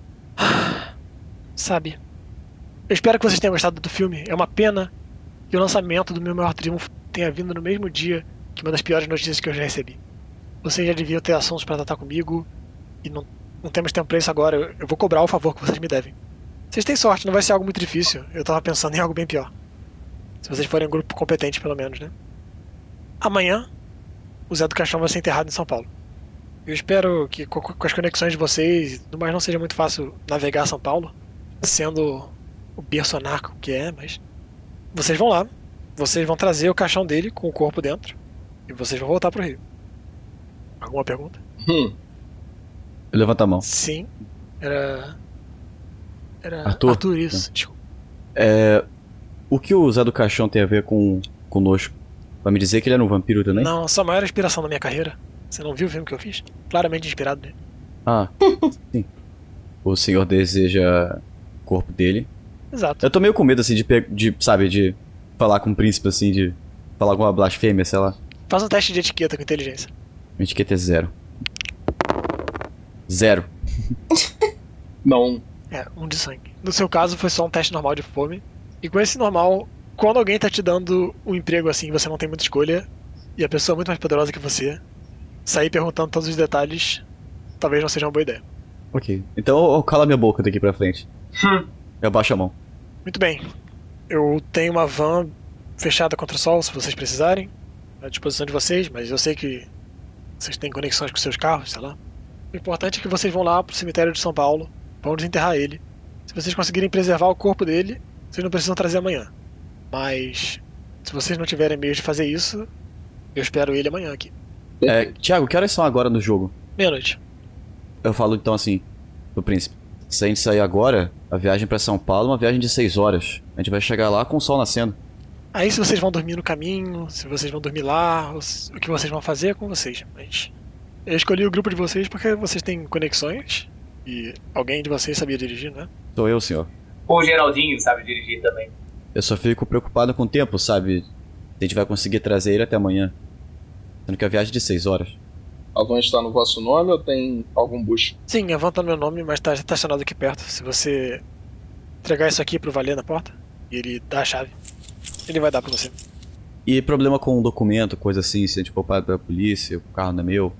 Speaker 1: sabe, eu espero que vocês tenham gostado do filme. É uma pena que o lançamento do meu maior triunfo tenha vindo no mesmo dia que uma das piores notícias que eu já recebi. Vocês já deviam ter assuntos pra tratar comigo e não não temos tempo pra isso agora. Eu vou cobrar o favor que vocês me devem. Vocês têm sorte, não vai ser algo muito difícil. Eu tava pensando em algo bem pior. Se vocês forem um grupo competente, pelo menos, né? Amanhã, o Zé do Caixão vai ser enterrado em São Paulo. Eu espero que com as conexões de vocês, no mais não seja muito fácil navegar São Paulo, sendo o berço anarco que é, mas... Vocês vão lá, vocês vão trazer o caixão dele com o corpo dentro, e vocês vão voltar pro Rio. Alguma pergunta?
Speaker 2: Levanta a mão.
Speaker 1: Sim. Era
Speaker 2: Arthur,
Speaker 1: isso. Desculpa.
Speaker 2: O que o Zé do Caixão tem a ver conosco? Vai me dizer que ele era um vampiro também?
Speaker 1: Não, só a maior inspiração da minha carreira. Você não viu o filme que eu fiz? Claramente inspirado nele.
Speaker 2: Ah, sim. O senhor deseja o corpo dele.
Speaker 1: Exato.
Speaker 2: Eu tô meio com medo, assim, de falar com o príncipe, assim, de falar alguma blasfêmia, sei lá.
Speaker 1: Faz um teste de etiqueta com inteligência.
Speaker 2: Minha etiqueta é 0. 0.
Speaker 3: Não.
Speaker 1: 1 de sangue. No seu caso, foi só um teste normal de fome. E com esse normal, quando alguém tá te dando um emprego assim, você não tem muita escolha, e a pessoa é muito mais poderosa que você, sair perguntando todos os detalhes, talvez não seja uma boa ideia.
Speaker 2: Ok. Então eu calo a minha boca daqui pra frente. Eu baixo a mão.
Speaker 1: Muito bem. Eu tenho uma van fechada contra o sol, se vocês precisarem, à disposição de vocês, mas eu sei que vocês têm conexões com seus carros, sei lá. O importante é que vocês vão lá pro cemitério de São Paulo, vão desenterrar ele. Se vocês conseguirem preservar o corpo dele, vocês não precisam trazer amanhã. Mas, se vocês não tiverem meios de fazer isso, eu espero ele amanhã aqui.
Speaker 2: Thiago, que horas são agora no jogo?
Speaker 1: Meia-noite.
Speaker 2: Eu falo então assim, pro príncipe. Se a gente sair agora, a viagem pra São Paulo é uma viagem de 6 horas. A gente vai chegar lá com o sol nascendo.
Speaker 1: Aí se vocês vão dormir no caminho, se vocês vão dormir lá, o que vocês vão fazer é com vocês. Mas eu escolhi o grupo de vocês porque vocês têm conexões e alguém de vocês sabia dirigir, né?
Speaker 2: Sou eu, senhor.
Speaker 5: O Geraldinho sabe dirigir também.
Speaker 2: Eu só fico preocupado com o tempo, sabe? Se a gente vai conseguir trazer ele até amanhã. Sendo que a viagem é de 6 horas.
Speaker 3: A van está no vosso nome ou tem algum bucho?
Speaker 1: Sim, a van tá no meu nome, mas tá estacionado aqui perto. Se você entregar isso aqui pro valer na porta e ele dá a chave, ele vai dar pra você.
Speaker 2: E problema com documento, coisa assim, se a gente for para a polícia, o carro não é meu.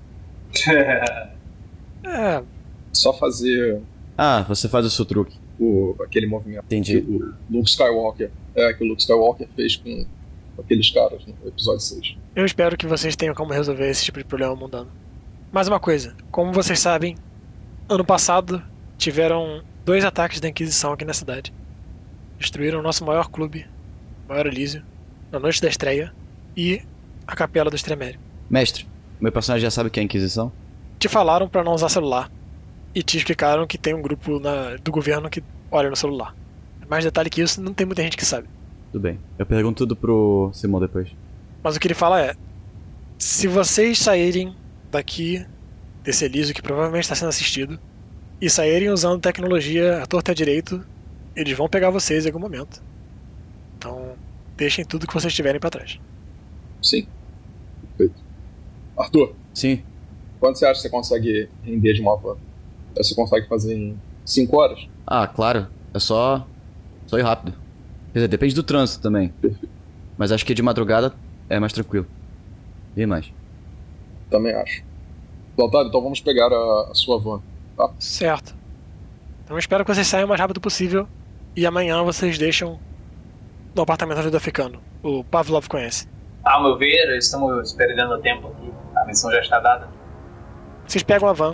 Speaker 3: Só fazer
Speaker 2: você faz o seu truque.
Speaker 3: aquele movimento.
Speaker 2: Entendi.
Speaker 3: Que o Luke Skywalker que o Luke Skywalker fez com aqueles caras no episódio 6.
Speaker 1: Eu espero que vocês tenham como resolver esse tipo de problema mundano. Mais uma coisa, como vocês sabem, ano passado tiveram 2 ataques da Inquisição aqui na cidade. Destruíram o nosso maior clube, o maior Elísio, na noite da estreia, e a Capela do Estremério.
Speaker 2: Mestre, meu personagem já sabe o que é a Inquisição?
Speaker 1: Te falaram pra não usar celular, e te explicaram que tem um grupo do governo que olha no celular. Mais detalhe que isso, não tem muita gente que sabe.
Speaker 2: Tudo bem, eu pergunto tudo pro Simão depois.
Speaker 1: Mas o que ele fala é: se vocês saírem daqui, desse Elísio que provavelmente está sendo assistido, e saírem usando tecnologia à torta e à direito, eles vão pegar vocês em algum momento. Então, deixem tudo que vocês tiverem pra trás.
Speaker 3: Sim. Perfeito. Arthur.
Speaker 2: Sim.
Speaker 3: Quanto você acha que você consegue render de uma van? Você consegue fazer em 5 horas?
Speaker 2: Ah, claro. É só ir rápido. Quer dizer, depende do trânsito também.
Speaker 3: Perfeito.
Speaker 2: Mas acho que de madrugada é mais tranquilo. Bem mais.
Speaker 3: Também acho. Lautaro, então vamos pegar a sua van, tá?
Speaker 1: Certo. Então eu espero que vocês saiam o mais rápido possível. E amanhã vocês deixam no apartamento do africano. O Pavlov conhece.
Speaker 5: Ao meu ver, estamos perdendo tempo aqui. A missão já está dada.
Speaker 1: Vocês pegam a van,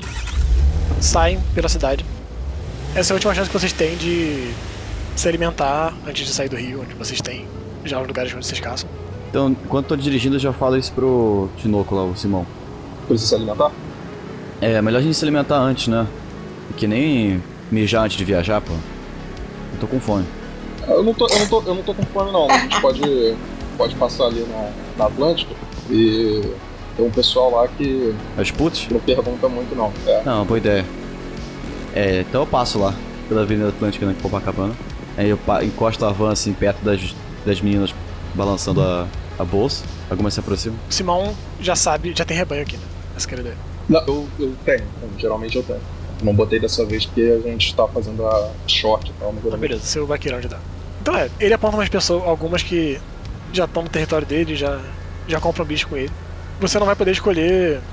Speaker 1: saem pela cidade. Essa é a última chance que vocês têm de se alimentar antes de sair do Rio, onde vocês têm já os lugares onde vocês caçam.
Speaker 2: Então, enquanto tô dirigindo, eu já falo isso pro Tinoco lá, o Simão.
Speaker 3: Precisa se alimentar?
Speaker 2: É melhor a gente se alimentar antes, né? Que nem mijar antes de viajar, pô. Eu tô com fome.
Speaker 3: Eu não tô com fome não. A gente pode passar ali na Atlântica e tem um pessoal lá que
Speaker 2: As putz?
Speaker 3: não pergunta muito não.
Speaker 2: Não, boa ideia. Então eu passo lá, pela Avenida Atlântica, né, em Copacabana. Aí eu encosto a van assim, perto das meninas balançando a bolsa. Algumas se aproximam.
Speaker 1: O Simão já sabe, já tem rebanho aqui, né? Essa que era a ideia.
Speaker 3: Não, eu tenho. Geralmente eu tenho. Não botei dessa vez porque a gente tá fazendo a short e tal.
Speaker 1: Ah, beleza, seu vaqueirão já dá. Então ele aponta umas pessoas, algumas que já estão no território dele, já compram bicho com ele. Você não vai poder escolher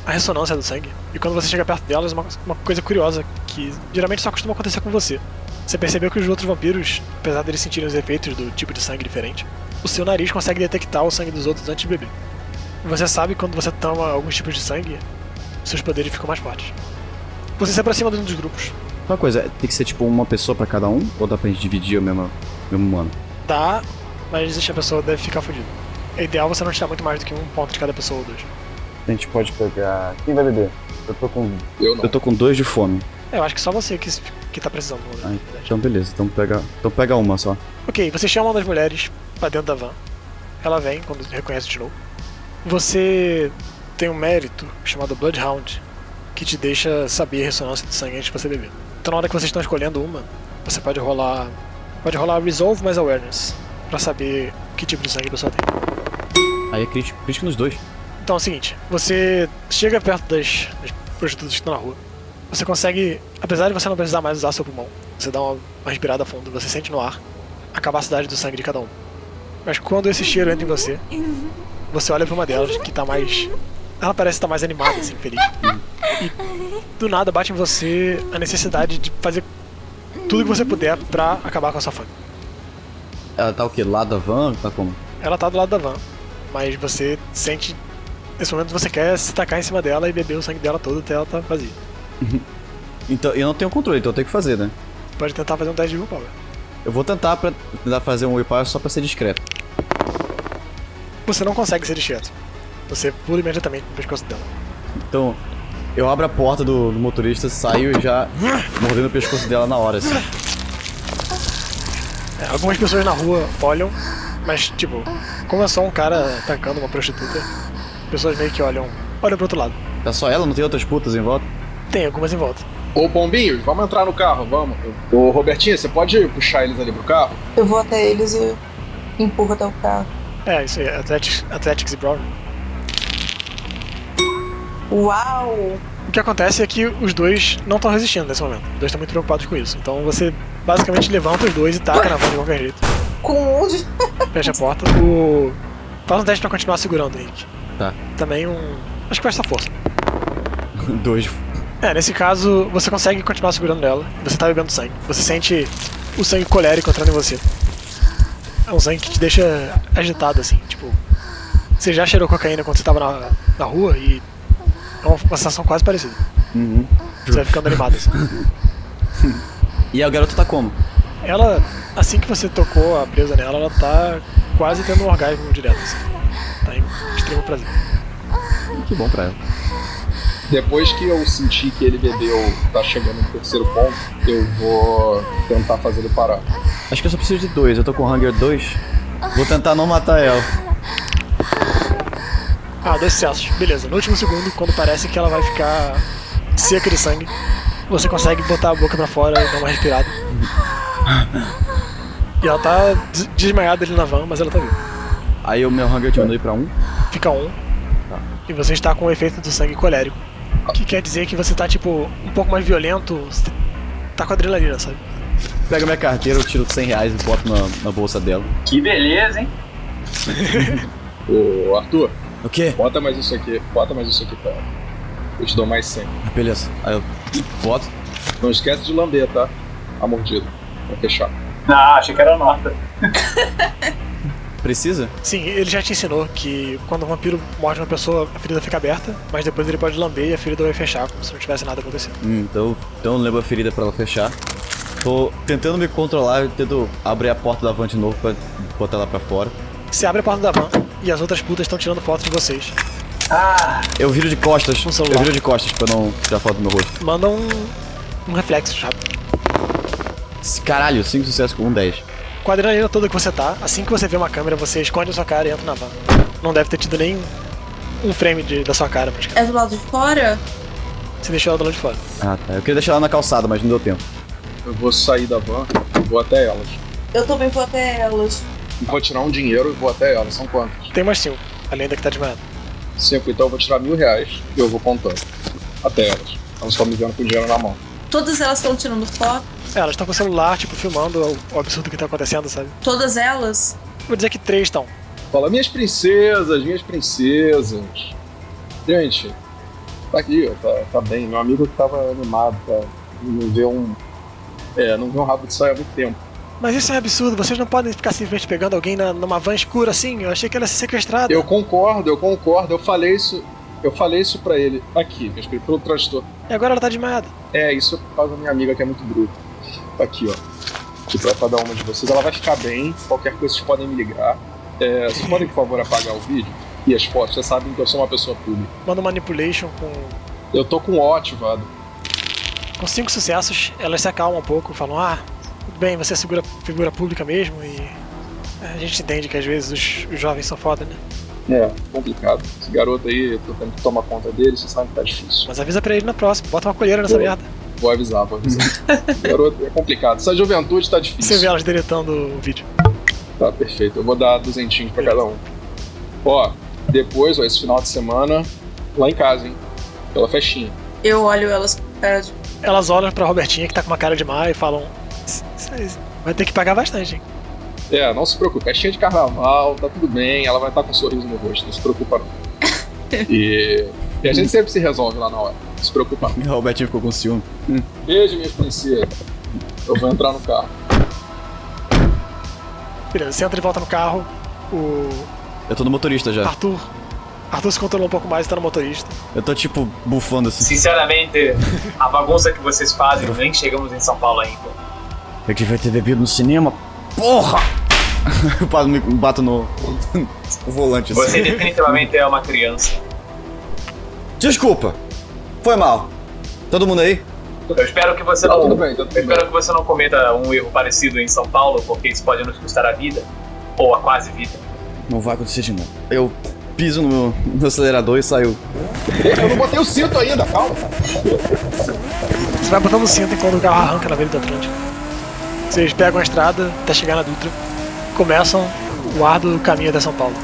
Speaker 1: a ressonância do sangue. E quando você chega perto delas, uma coisa curiosa que geralmente só costuma acontecer com você. Você percebeu que os outros vampiros, apesar deles sentirem os efeitos do tipo de sangue diferente, o seu nariz consegue detectar o sangue dos outros antes de beber. E você sabe que quando você toma alguns tipos de sangue, seus poderes ficam mais fortes. Você se aproxima de um dos grupos.
Speaker 2: Uma coisa, tem que ser tipo uma pessoa pra cada um? Ou dá pra gente dividir o mesmo humano?
Speaker 1: Dá, mas a pessoa deve ficar fodida. É ideal você não tirar muito mais do que um ponto de cada pessoa ou 2.
Speaker 2: A gente pode pegar... Quem vai beber? Eu tô com 2 de fome.
Speaker 1: Eu acho que só você que tá precisando.
Speaker 2: Então beleza, então pega uma só.
Speaker 1: Ok, você chama uma das mulheres pra dentro da van. Ela vem quando reconhece de novo. Você tem um mérito chamado Bloodhound, que te deixa saber a ressonância do sangue antes de você beber. Então na hora que vocês estão escolhendo uma, você pode rolar Resolve mais Awareness, pra saber que tipo de sangue a pessoa tem.
Speaker 2: Aí é crítico nos 2.
Speaker 1: Então é o seguinte, você chega perto das prostitutas que estão na rua. Você consegue, apesar de você não precisar mais usar seu pulmão, você dá uma respirada fundo, você sente no ar a capacidade do sangue de cada um. Mas quando esse cheiro entra em você, você olha pra uma delas que tá mais... Ela parece estar mais animada, assim, feliz. E do nada bate em você a necessidade de fazer tudo que você puder pra acabar com a sua fome.
Speaker 2: Ela tá o quê? Do lado da van? Tá como?
Speaker 1: Ela tá do lado da van, mas você sente... Nesse momento você quer se tacar em cima dela e beber o sangue dela todo até ela tá vazia.
Speaker 2: Então, eu não tenho controle, então eu tenho que fazer, né?
Speaker 1: Pode tentar fazer um teste de willpower.
Speaker 2: Eu vou tentar fazer um willpower só pra ser discreto.
Speaker 1: Você não consegue ser discreto. Você pula imediatamente no pescoço dela.
Speaker 2: Então, eu abro a porta do motorista, saio e já mordendo o pescoço dela na hora, assim.
Speaker 1: Algumas pessoas na rua olham, mas tipo, como é só um cara atacando uma prostituta, pessoas meio que olham pro outro lado.
Speaker 2: Tá só ela? Não tem outras putas em volta?
Speaker 1: Tem algumas em volta.
Speaker 3: Ô, Pombinhos, vamos entrar no carro, vamos. Ô, Robertinho, você pode puxar eles ali pro carro?
Speaker 4: Eu vou até eles e empurro até o carro.
Speaker 1: Isso aí, Athletics e Brawl.
Speaker 4: Uau!
Speaker 1: O que acontece é que os dois não estão resistindo nesse momento. Os dois estão muito preocupados com isso. Então você basicamente levanta os dois e taca na van de qualquer jeito.
Speaker 4: Com onde?
Speaker 1: Fecha a porta. Faz um teste pra continuar segurando, Henrique.
Speaker 2: Tá.
Speaker 1: Também acho que vai essa força.
Speaker 2: 2.
Speaker 1: Nesse caso, você consegue continuar segurando ela. Você tá bebendo sangue. Você sente o sangue colérico entrando em você. É um sangue que te deixa agitado, assim. Tipo, você já cheirou cocaína quando você tava na rua e é uma sensação quase parecida.
Speaker 2: Uhum.
Speaker 1: Você vai ficando animado, assim.
Speaker 2: E a garota tá como?
Speaker 1: Ela, assim que você tocou a presa nela, ela tá quase tendo um orgasmo direto, assim. Tá em extremo prazer.
Speaker 2: Que bom pra ela.
Speaker 3: Depois que eu sentir que ele bebeu, tá chegando no terceiro ponto, eu vou tentar fazer ele parar.
Speaker 2: Acho que eu só preciso de 2, eu tô com Hunger 2. Vou tentar não matar ela.
Speaker 1: 2 sucessos, beleza. No último segundo, quando parece que ela vai ficar seca de sangue, você consegue botar a boca pra fora e dar uma respirada. E ela tá desmaiada ali na van, mas ela tá viva.
Speaker 2: Aí o meu Hunger diminui pra 1.
Speaker 1: Fica 1. E você está com o efeito do sangue colérico. Que quer dizer que você tá, tipo, um pouco mais violento. Você tá com adrenalina, sabe?
Speaker 2: Pega minha carteira, eu tiro R$100 e boto na bolsa dela.
Speaker 5: Que beleza, hein?
Speaker 3: Ô, Arthur.
Speaker 2: O quê?
Speaker 3: Bota mais isso aqui pra ela. Eu te dou mais 100.
Speaker 2: Beleza. Aí eu boto.
Speaker 3: Não esquece de lamber, tá? A mordida. Pra fechar.
Speaker 5: Achei que era nota.
Speaker 2: Precisa?
Speaker 1: Sim, ele já te ensinou que quando um vampiro morde uma pessoa, a ferida fica aberta, mas depois ele pode lamber e a ferida vai fechar, como se não tivesse nada acontecendo.
Speaker 2: Então eu lembro a ferida pra ela fechar. Tô tentando me controlar, eu tento abrir a porta da van de novo pra botar ela pra fora.
Speaker 1: Você abre a porta da van e as outras putas estão tirando fotos de vocês.
Speaker 2: Eu viro de costas.
Speaker 1: Um celular.
Speaker 2: Eu viro de costas pra não tirar foto do meu rosto.
Speaker 1: Manda um reflexo, sabe?
Speaker 2: Caralho, 5 sucessos com 10.
Speaker 1: Com a adrenalina toda que você tá, assim que você vê uma câmera, você esconde a sua cara e entra na van. Não deve ter tido nem um frame da sua cara, praticamente.
Speaker 4: É do lado de fora?
Speaker 1: Você deixou ela do lado de fora.
Speaker 2: Ah, tá. Eu queria deixar ela na calçada, mas não deu tempo.
Speaker 3: Eu vou sair da van e vou até elas.
Speaker 4: Eu também vou até elas.
Speaker 3: Vou tirar um dinheiro e vou até elas. São quantos?
Speaker 1: Tem mais 5, além da que tá desmaiada.
Speaker 3: 5, então eu vou tirar R$1.000 e eu vou contando. Até elas. Elas estão me vendo com o dinheiro na mão.
Speaker 4: Todas elas estão tirando foto?
Speaker 1: Elas estão com o celular, tipo, filmando o absurdo que tá acontecendo, sabe?
Speaker 4: Todas elas?
Speaker 1: Vou dizer que 3 estão.
Speaker 3: Fala, minhas princesas. Gente, Tá aqui, tá bem. Meu amigo que tava animado, cara. Não vê um rabo de saia há muito tempo.
Speaker 1: Mas isso é um absurdo, vocês não podem ficar simplesmente pegando alguém numa van escura assim, eu achei que ela ia ser sequestrada.
Speaker 3: Eu concordo, eu falei isso pra ele aqui, eu escrevi pelo transtorno.
Speaker 1: E agora ela tá desmaiada.
Speaker 3: Isso é por causa da minha amiga que é muito bruta. Tá aqui, ó. Aqui pra cada uma de vocês, ela vai ficar bem, qualquer coisa vocês podem me ligar. Vocês podem, por favor, apagar o vídeo e as fotos, vocês sabem que eu sou uma pessoa pública.
Speaker 1: Manda um manipulation com...
Speaker 3: Eu tô com o O ativado.
Speaker 1: Com 5 sucessos, elas se acalmam um pouco, falam, tudo bem, você é figura pública mesmo e a gente entende que às vezes os jovens são foda, né?
Speaker 3: Complicado. Esse garoto aí, eu tô tendo que tomar conta dele, você sabe que tá difícil.
Speaker 1: Mas avisa pra ele na próxima, bota uma colheira nessa merda.
Speaker 3: Vou avisar. Garoto, é complicado. Essa juventude tá difícil.
Speaker 1: Você vê elas deletando o vídeo.
Speaker 3: Tá, perfeito. Eu vou dar 200 pra cada um. Depois, esse final de semana, lá em casa, hein? Pela festinha.
Speaker 4: Eu olho elas com cara de...
Speaker 1: Elas olham pra Robertinha, que tá com uma cara de má, e falam... Vai ter que pagar bastante, hein?
Speaker 3: Não se preocupe. Festinha de carnaval, tá tudo bem. Ela vai estar com um sorriso no rosto, não se preocupa não. E a gente sempre se resolve lá na hora. Não se preocupa não.
Speaker 2: O Robertinho ficou com ciúme.
Speaker 3: Beijo, minhas princesas. Eu vou entrar no carro.
Speaker 1: Beleza, você entra de volta no carro.
Speaker 2: Eu tô no motorista já.
Speaker 1: Arthur se controlou um pouco mais e tá no motorista.
Speaker 2: Eu tô tipo bufando assim.
Speaker 5: Sinceramente, a bagunça que vocês fazem, nem chegamos em São Paulo ainda.
Speaker 2: Eu devia ter bebido no cinema. Porra! Eu me bato no volante assim.
Speaker 5: Você definitivamente é uma criança.
Speaker 2: Desculpa. Foi mal. Todo mundo aí?
Speaker 5: Eu espero que você que você não cometa um erro parecido em São Paulo, porque isso pode nos custar a vida. Ou a quase vida.
Speaker 2: Não vai acontecer de novo. Eu piso no acelerador e saio.
Speaker 3: Eu não botei o cinto ainda, calma.
Speaker 1: Você vai botando o cinto enquanto o carro arranca na Avenida Atlântica. Vocês pegam a estrada até chegar na Dutra. Começam o árduo caminho até São Paulo.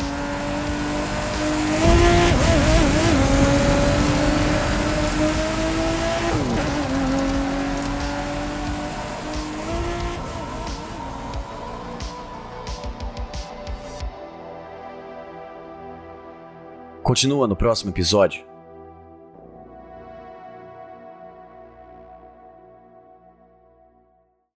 Speaker 2: Continua no próximo episódio.